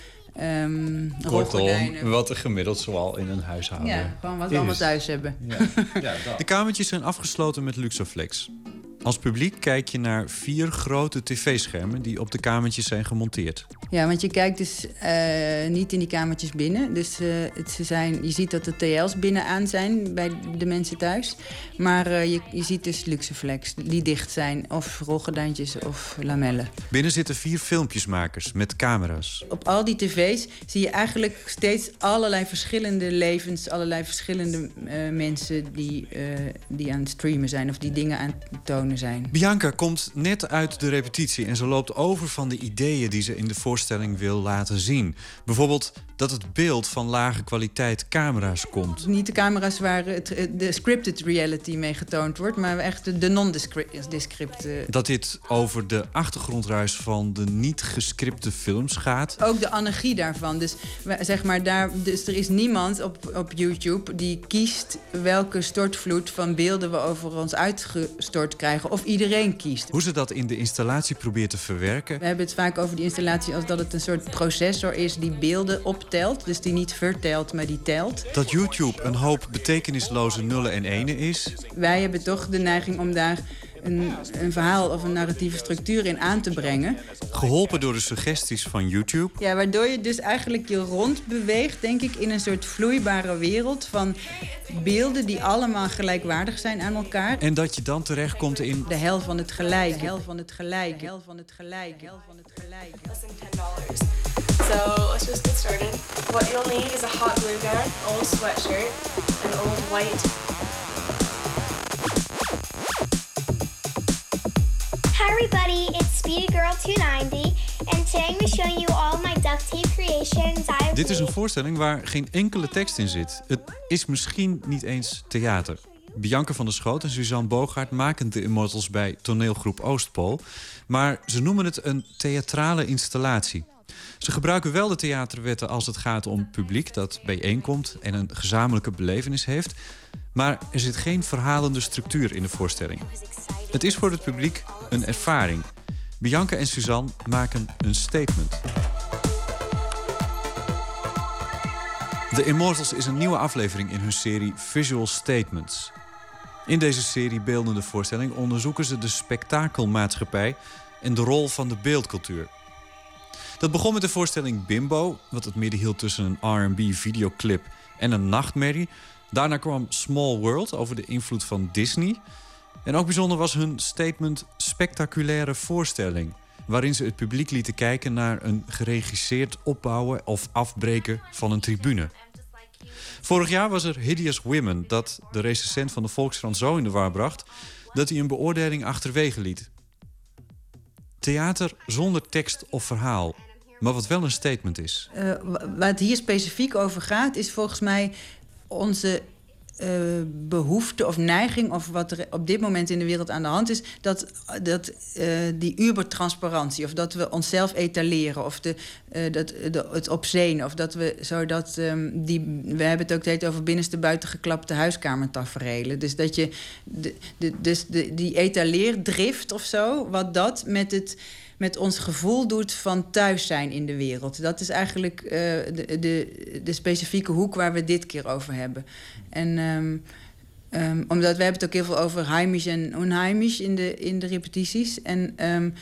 kortom, wat er gemiddeld zoal in een huishouden Ja, gewoon wat we allemaal thuis hebben. Ja, de kamertjes zijn afgesloten met Luxeflex. Als publiek kijk je naar 4 grote tv-schermen die op de kamertjes zijn gemonteerd. Ja, want je kijkt dus niet in die kamertjes binnen. Dus je ziet dat de TL's binnenaan zijn bij de mensen thuis. Maar je ziet dus Luxeflex die dicht zijn. Of rolgordijntjes of lamellen. Binnen zitten 4 filmpjesmakers met camera's. Op al die tv's zie je eigenlijk steeds allerlei verschillende levens, allerlei verschillende mensen die aan het streamen zijn of die dingen aan het tonen zijn. Bianca komt net uit de repetitie en ze loopt over van de ideeën die ze in de voorstelling wil laten zien. Bijvoorbeeld dat het beeld van lage kwaliteit camera's komt. Niet de camera's waar de scripted reality mee getoond wordt, maar echt de non-descripte. Dat dit over de achtergrondruis van de niet gescripte films gaat. Ook de anarchie daarvan. Dus zeg maar, dus er is niemand op YouTube die kiest welke stortvloed van beelden we over ons uitgestort krijgen. Of iedereen kiest. Hoe ze dat in de installatie probeert te verwerken. We hebben het vaak over die installatie als dat het een soort processor is die beelden optelt. Dus die niet vertelt, maar die telt. Dat YouTube een hoop betekenisloze nullen en enen is. Wij hebben toch de neiging om daar een verhaal of een narratieve structuur in aan te brengen. Geholpen door de suggesties van YouTube. Ja, waardoor je dus eigenlijk je rond beweegt, denk ik, in een soort vloeibare wereld van beelden die allemaal gelijkwaardig zijn aan elkaar. En dat je dan terechtkomt in de hel van het gelijk, hel van het gelijk, hel van het gelijk, hel van het gelijk. $10. So let's just get started. What you'll need is a hot glue gun, old sweatshirt, an old white. Hi everybody, it's Speedy Girl 290 and today I'm going to show you all my duct tape creations I've Dit is een voorstelling waar geen enkele tekst in zit. Het is misschien niet eens theater. Bianca van der Schoot en Suzanne Bogaert maken de Immortals bij toneelgroep Oostpool. Maar ze noemen het een theatrale installatie. Ze gebruiken wel de theaterwetten als het gaat om publiek dat bijeenkomt en een gezamenlijke belevenis heeft. Maar er zit geen verhalende structuur in de voorstelling. Het is voor het publiek een ervaring. Bianca en Suzanne maken een statement. The Immortals is een nieuwe aflevering in hun serie Visual Statements. In deze serie beeldende voorstelling onderzoeken ze de spektakelmaatschappij en de rol van de beeldcultuur. Dat begon met de voorstelling Bimbo, wat het midden hield tussen een R&B videoclip en een nachtmerrie. Daarna kwam Small World over de invloed van Disney. En ook bijzonder was hun statement Spectaculaire voorstelling, waarin ze het publiek lieten kijken naar een geregisseerd opbouwen of afbreken van een tribune. Vorig jaar was er Hideous Women, dat de recensent van de Volkskrant zo in de war bracht dat hij een beoordeling achterwege liet. Theater zonder tekst of verhaal, maar wat wel een statement is. Waar het hier specifiek over gaat, is volgens mij onze behoefte of neiging, of wat er op dit moment in de wereld aan de hand is, dat die ubertransparantie, of dat we onszelf etaleren, of het opzeen, of dat we zodat we hebben het ook steeds over binnenste buiten geklapte huiskamertaferelen. Dus dat je die etaleerdrift of zo, wat dat met ons gevoel doet van thuis zijn in de wereld. Dat is eigenlijk de specifieke hoek waar we het dit keer over hebben. En omdat we hebben het ook heel veel over heimisch en onheimisch in de repetities. En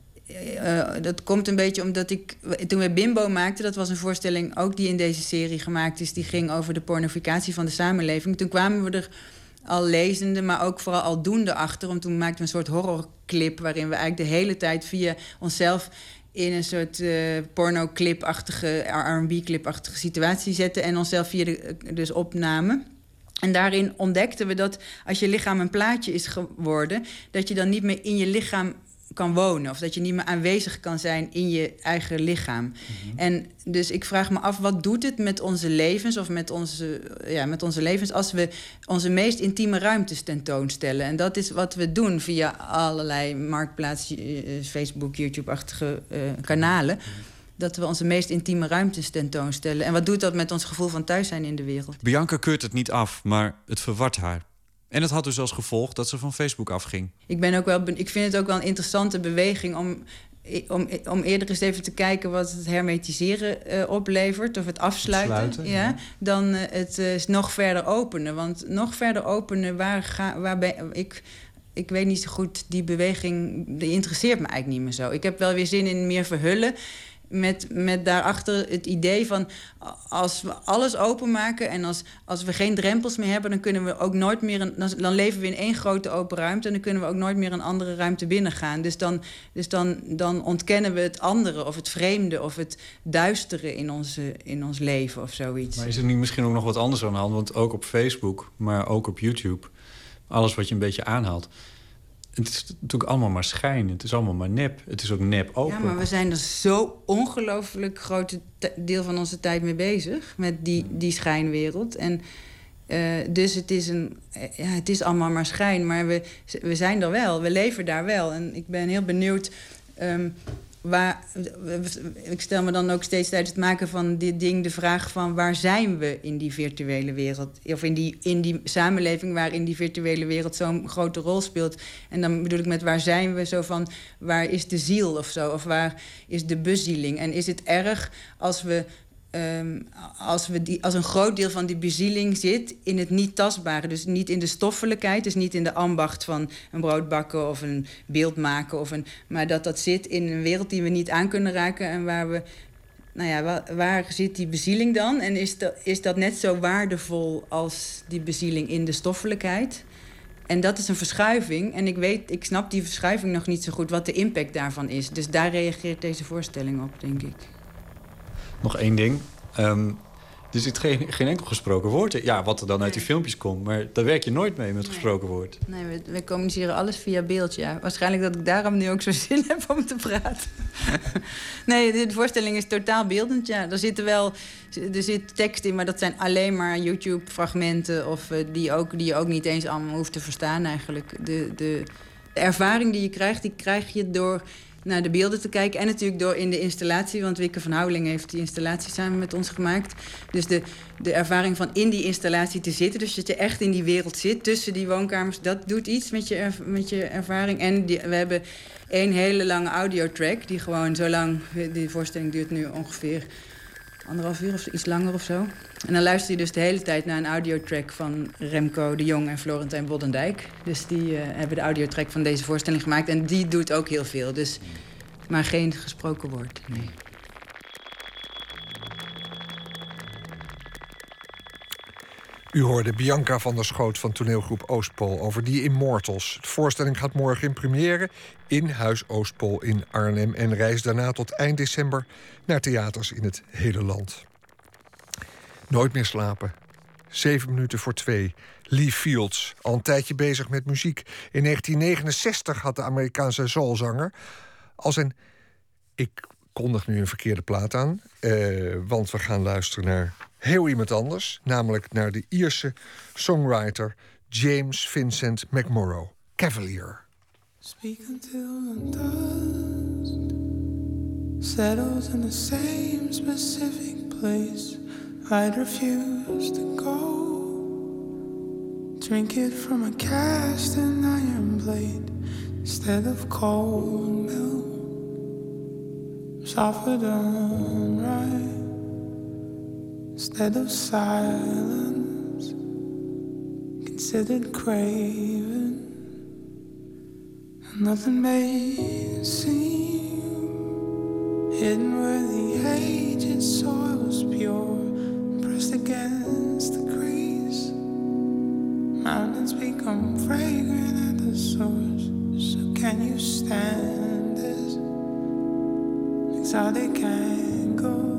dat komt een beetje omdat toen we Bimbo maakten, dat was een voorstelling ook die in deze serie gemaakt is, die ging over de pornificatie van de samenleving. Toen kwamen we er al lezende, maar ook vooral al doende achter. Want toen maakten we een soort horrorclip waarin we eigenlijk de hele tijd via onszelf in een soort pornoclip-achtige, R&B-clip-achtige situatie zetten en onszelf via dus opnamen. En daarin ontdekten we dat als je lichaam een plaatje is geworden, dat je dan niet meer in je lichaam kan wonen, of dat je niet meer aanwezig kan zijn in je eigen lichaam. Mm-hmm. En dus ik vraag me af, wat doet het met onze levens, of met onze levens als we onze meest intieme ruimtes tentoonstellen? En dat is wat we doen via allerlei marktplaats, Facebook, YouTube-achtige kanalen. dat we onze meest intieme ruimtes tentoonstellen. En wat doet dat met ons gevoel van thuis zijn in de wereld? Bianca keurt het niet af, maar het verwart haar. En het had dus als gevolg dat ze van Facebook afging. Ik vind het ook wel een interessante beweging om eerder eens even te kijken wat het hermetiseren oplevert, of het afsluiten, ja. Dan het nog verder openen. Want nog verder openen, ik weet niet zo goed, die beweging, die interesseert me eigenlijk niet meer zo. Ik heb wel weer zin in meer verhullen. Met daarachter het idee van, als we alles openmaken en als we geen drempels meer hebben, dan kunnen we ook nooit meer dan leven we in één grote open ruimte en dan kunnen we ook nooit meer een andere ruimte binnengaan. Dus dan ontkennen we het andere of het vreemde of het duistere in ons leven of zoiets. Maar is er niet misschien ook nog wat anders aan de hand? Want ook op Facebook, maar ook op YouTube, alles wat je een beetje aanhaalt, het is natuurlijk allemaal maar schijn. Het is allemaal maar nep. Het is ook nep open. Ja, maar we zijn er zo ongelooflijk groot deel van onze tijd mee bezig. Met die schijnwereld. En dus het is allemaal maar schijn. Maar we zijn er wel. We leven daar wel. En ik ben heel benieuwd. Ik stel me dan ook steeds tijdens het maken van dit ding de vraag van, waar zijn we in die virtuele wereld? Of in die samenleving waarin die virtuele wereld zo'n grote rol speelt. En dan bedoel ik met waar zijn we, zo van, waar is de ziel of zo? Of waar is de bezieling? En is het erg als een groot deel van die bezieling zit in het niet tastbare. Dus niet in de stoffelijkheid, dus niet in de ambacht van een brood bakken of een beeld maken. Maar dat zit in een wereld die we niet aan kunnen raken. En waar zit die bezieling dan? En is dat net zo waardevol als die bezieling in de stoffelijkheid? En dat is een verschuiving. En ik snap die verschuiving nog niet zo goed, wat de impact daarvan is. Dus daar reageert deze voorstelling op, denk ik. Nog één ding. Er zit geen enkel gesproken woord in. Ja, wat er dan uit die filmpjes komt. Maar daar werk je nooit mee met gesproken woord. Nee, we communiceren alles via beeld, ja. Waarschijnlijk dat ik daarom nu ook zo zin heb om te praten. Nee, de voorstelling is totaal beeldend, ja. Er zit tekst in, maar dat zijn alleen maar YouTube-fragmenten. Of die je ook niet eens allemaal hoeft te verstaan, eigenlijk. De ervaring die krijg je door naar de beelden te kijken. En natuurlijk door in de installatie, want Wieke van Houweling heeft die installatie samen met ons gemaakt. Dus de ervaring van in die installatie te zitten, dus dat je echt in die wereld zit, tussen die woonkamers, dat doet iets met je ervaring. En we hebben 1 hele lange audiotrack, die gewoon zo lang, die voorstelling duurt nu ongeveer 1,5 uur of iets langer of zo. En dan luister je dus de hele tijd naar een audiotrack van Remco de Jong en Florentijn Boddendijk. Dus die hebben de audiotrack van deze voorstelling gemaakt. En die doet ook heel veel. Dus, maar geen gesproken woord, nee. U hoorde Bianca van der Schoot van toneelgroep Oostpool over The Immortals. De voorstelling gaat morgen in première in Huis Oostpool in Arnhem en reist daarna tot eind december naar theaters in het hele land. Nooit meer slapen. 7 minuten voor 2. Lee Fields, al een tijdje bezig met muziek. In 1969 had de Amerikaanse soulzanger al zijn... Ik kondig nu een verkeerde plaat aan, want we gaan luisteren naar heel iemand anders, namelijk naar de Ierse songwriter James Vincent McMorrow, Cavalier. Speak until the dust settles in the same specific place. I'd refuse to go. Drink it from a cast and iron blade instead of cold milk. Softer than right instead of silence, considered craven. Nothing may seem hidden where the aged soil's pure, pressed against the crease. Mountains become fragrant at the source. So can you stand this exotic angle?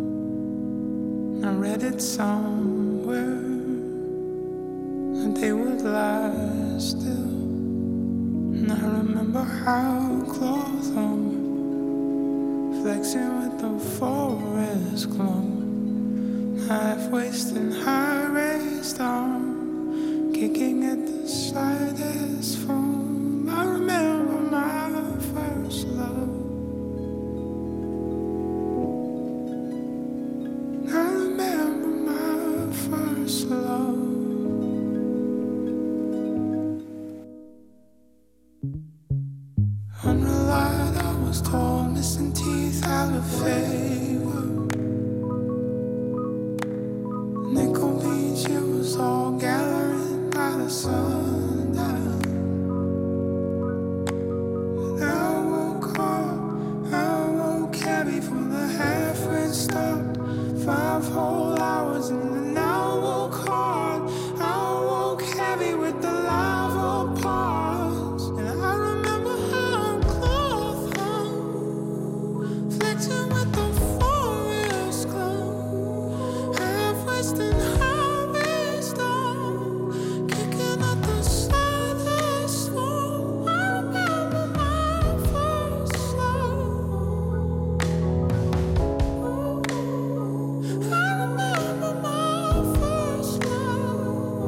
I read it somewhere that they would last still. And I remember how close I'm flexing with the forest glow. Half-wasted, high-raised arm, kicking at the slightest foam. I remember my first love. was told missing teeth have a favor. Nickel Beach, it was all gathering by the sundown. And I woke heavy from the half-red stopped. 5 whole hours and then I woke hard. I woke heavy with the lava pause. And I remember how clothes hung, flexing with the forest glow. Half-west and harvest on, kicking at the saddest floor. I remember my first love. I remember my first love.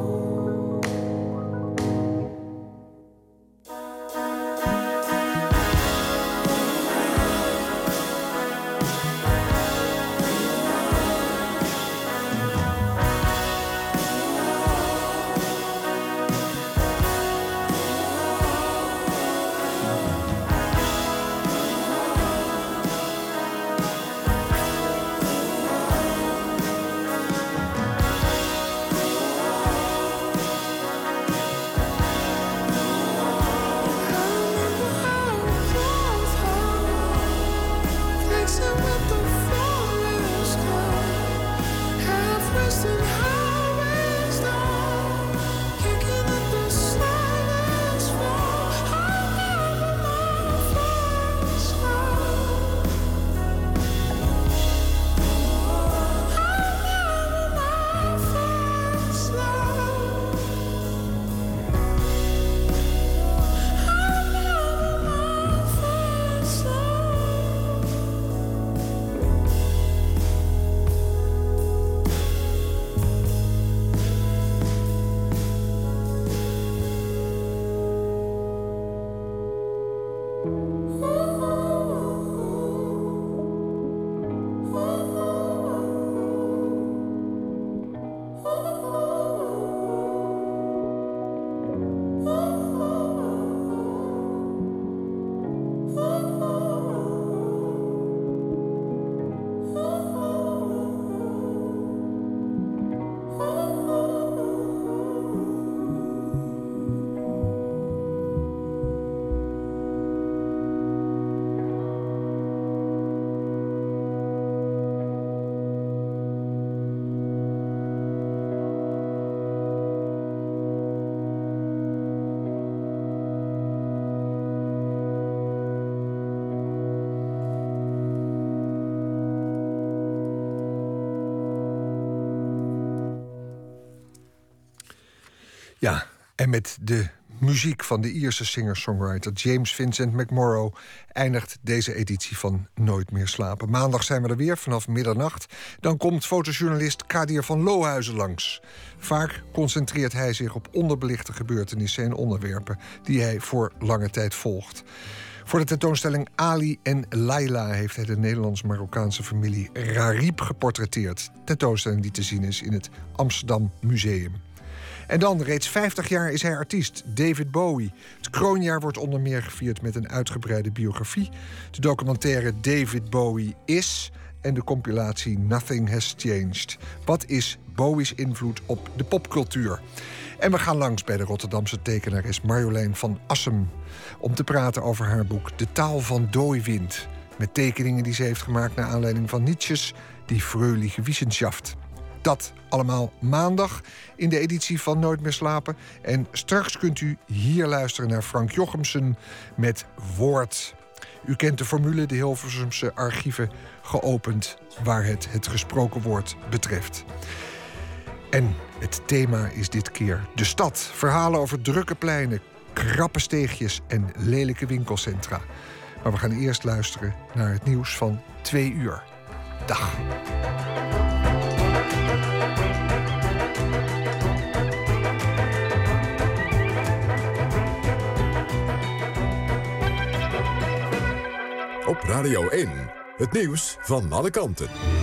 Flexing with the forest glow, half-west and harvest on, kicking at the silence floor. I remember my first love. I remember my first love. I remember my first love. Ja, en met de muziek van de Ierse singer-songwriter James Vincent McMorrow eindigt deze editie van Nooit meer slapen. Maandag zijn we er weer vanaf middernacht. Dan komt fotojournalist Kadir van Lohuizen langs. Vaak concentreert hij zich op onderbelichte gebeurtenissen en onderwerpen die hij voor lange tijd volgt. Voor de tentoonstelling Ali en Laila heeft hij de Nederlands-Marokkaanse familie Rariep geportretteerd. Tentoonstelling die te zien is in het Amsterdam Museum. En dan, reeds 50 jaar is hij artiest, David Bowie. Het kroonjaar wordt onder meer gevierd met een uitgebreide biografie, de documentaire David Bowie Is en de compilatie Nothing Has Changed. Wat is Bowie's invloed op de popcultuur? En we gaan langs bij de Rotterdamse tekenares Marjolein van Assem om te praten over haar boek De Taal van Dooiwind, met tekeningen die ze heeft gemaakt naar aanleiding van Nietzsche's Die Fröhliche Wissenschaft. Dat allemaal maandag in de editie van Nooit meer slapen. En straks kunt u hier luisteren naar Frank Jochemsen met Woord. U kent de formule, de Hilversumse archieven geopend waar het gesproken woord betreft. En het thema is dit keer de stad. Verhalen over drukke pleinen, krappe steegjes en lelijke winkelcentra. Maar we gaan eerst luisteren naar het nieuws van 2 uur. Dag. Op Radio 1, het nieuws van alle kanten.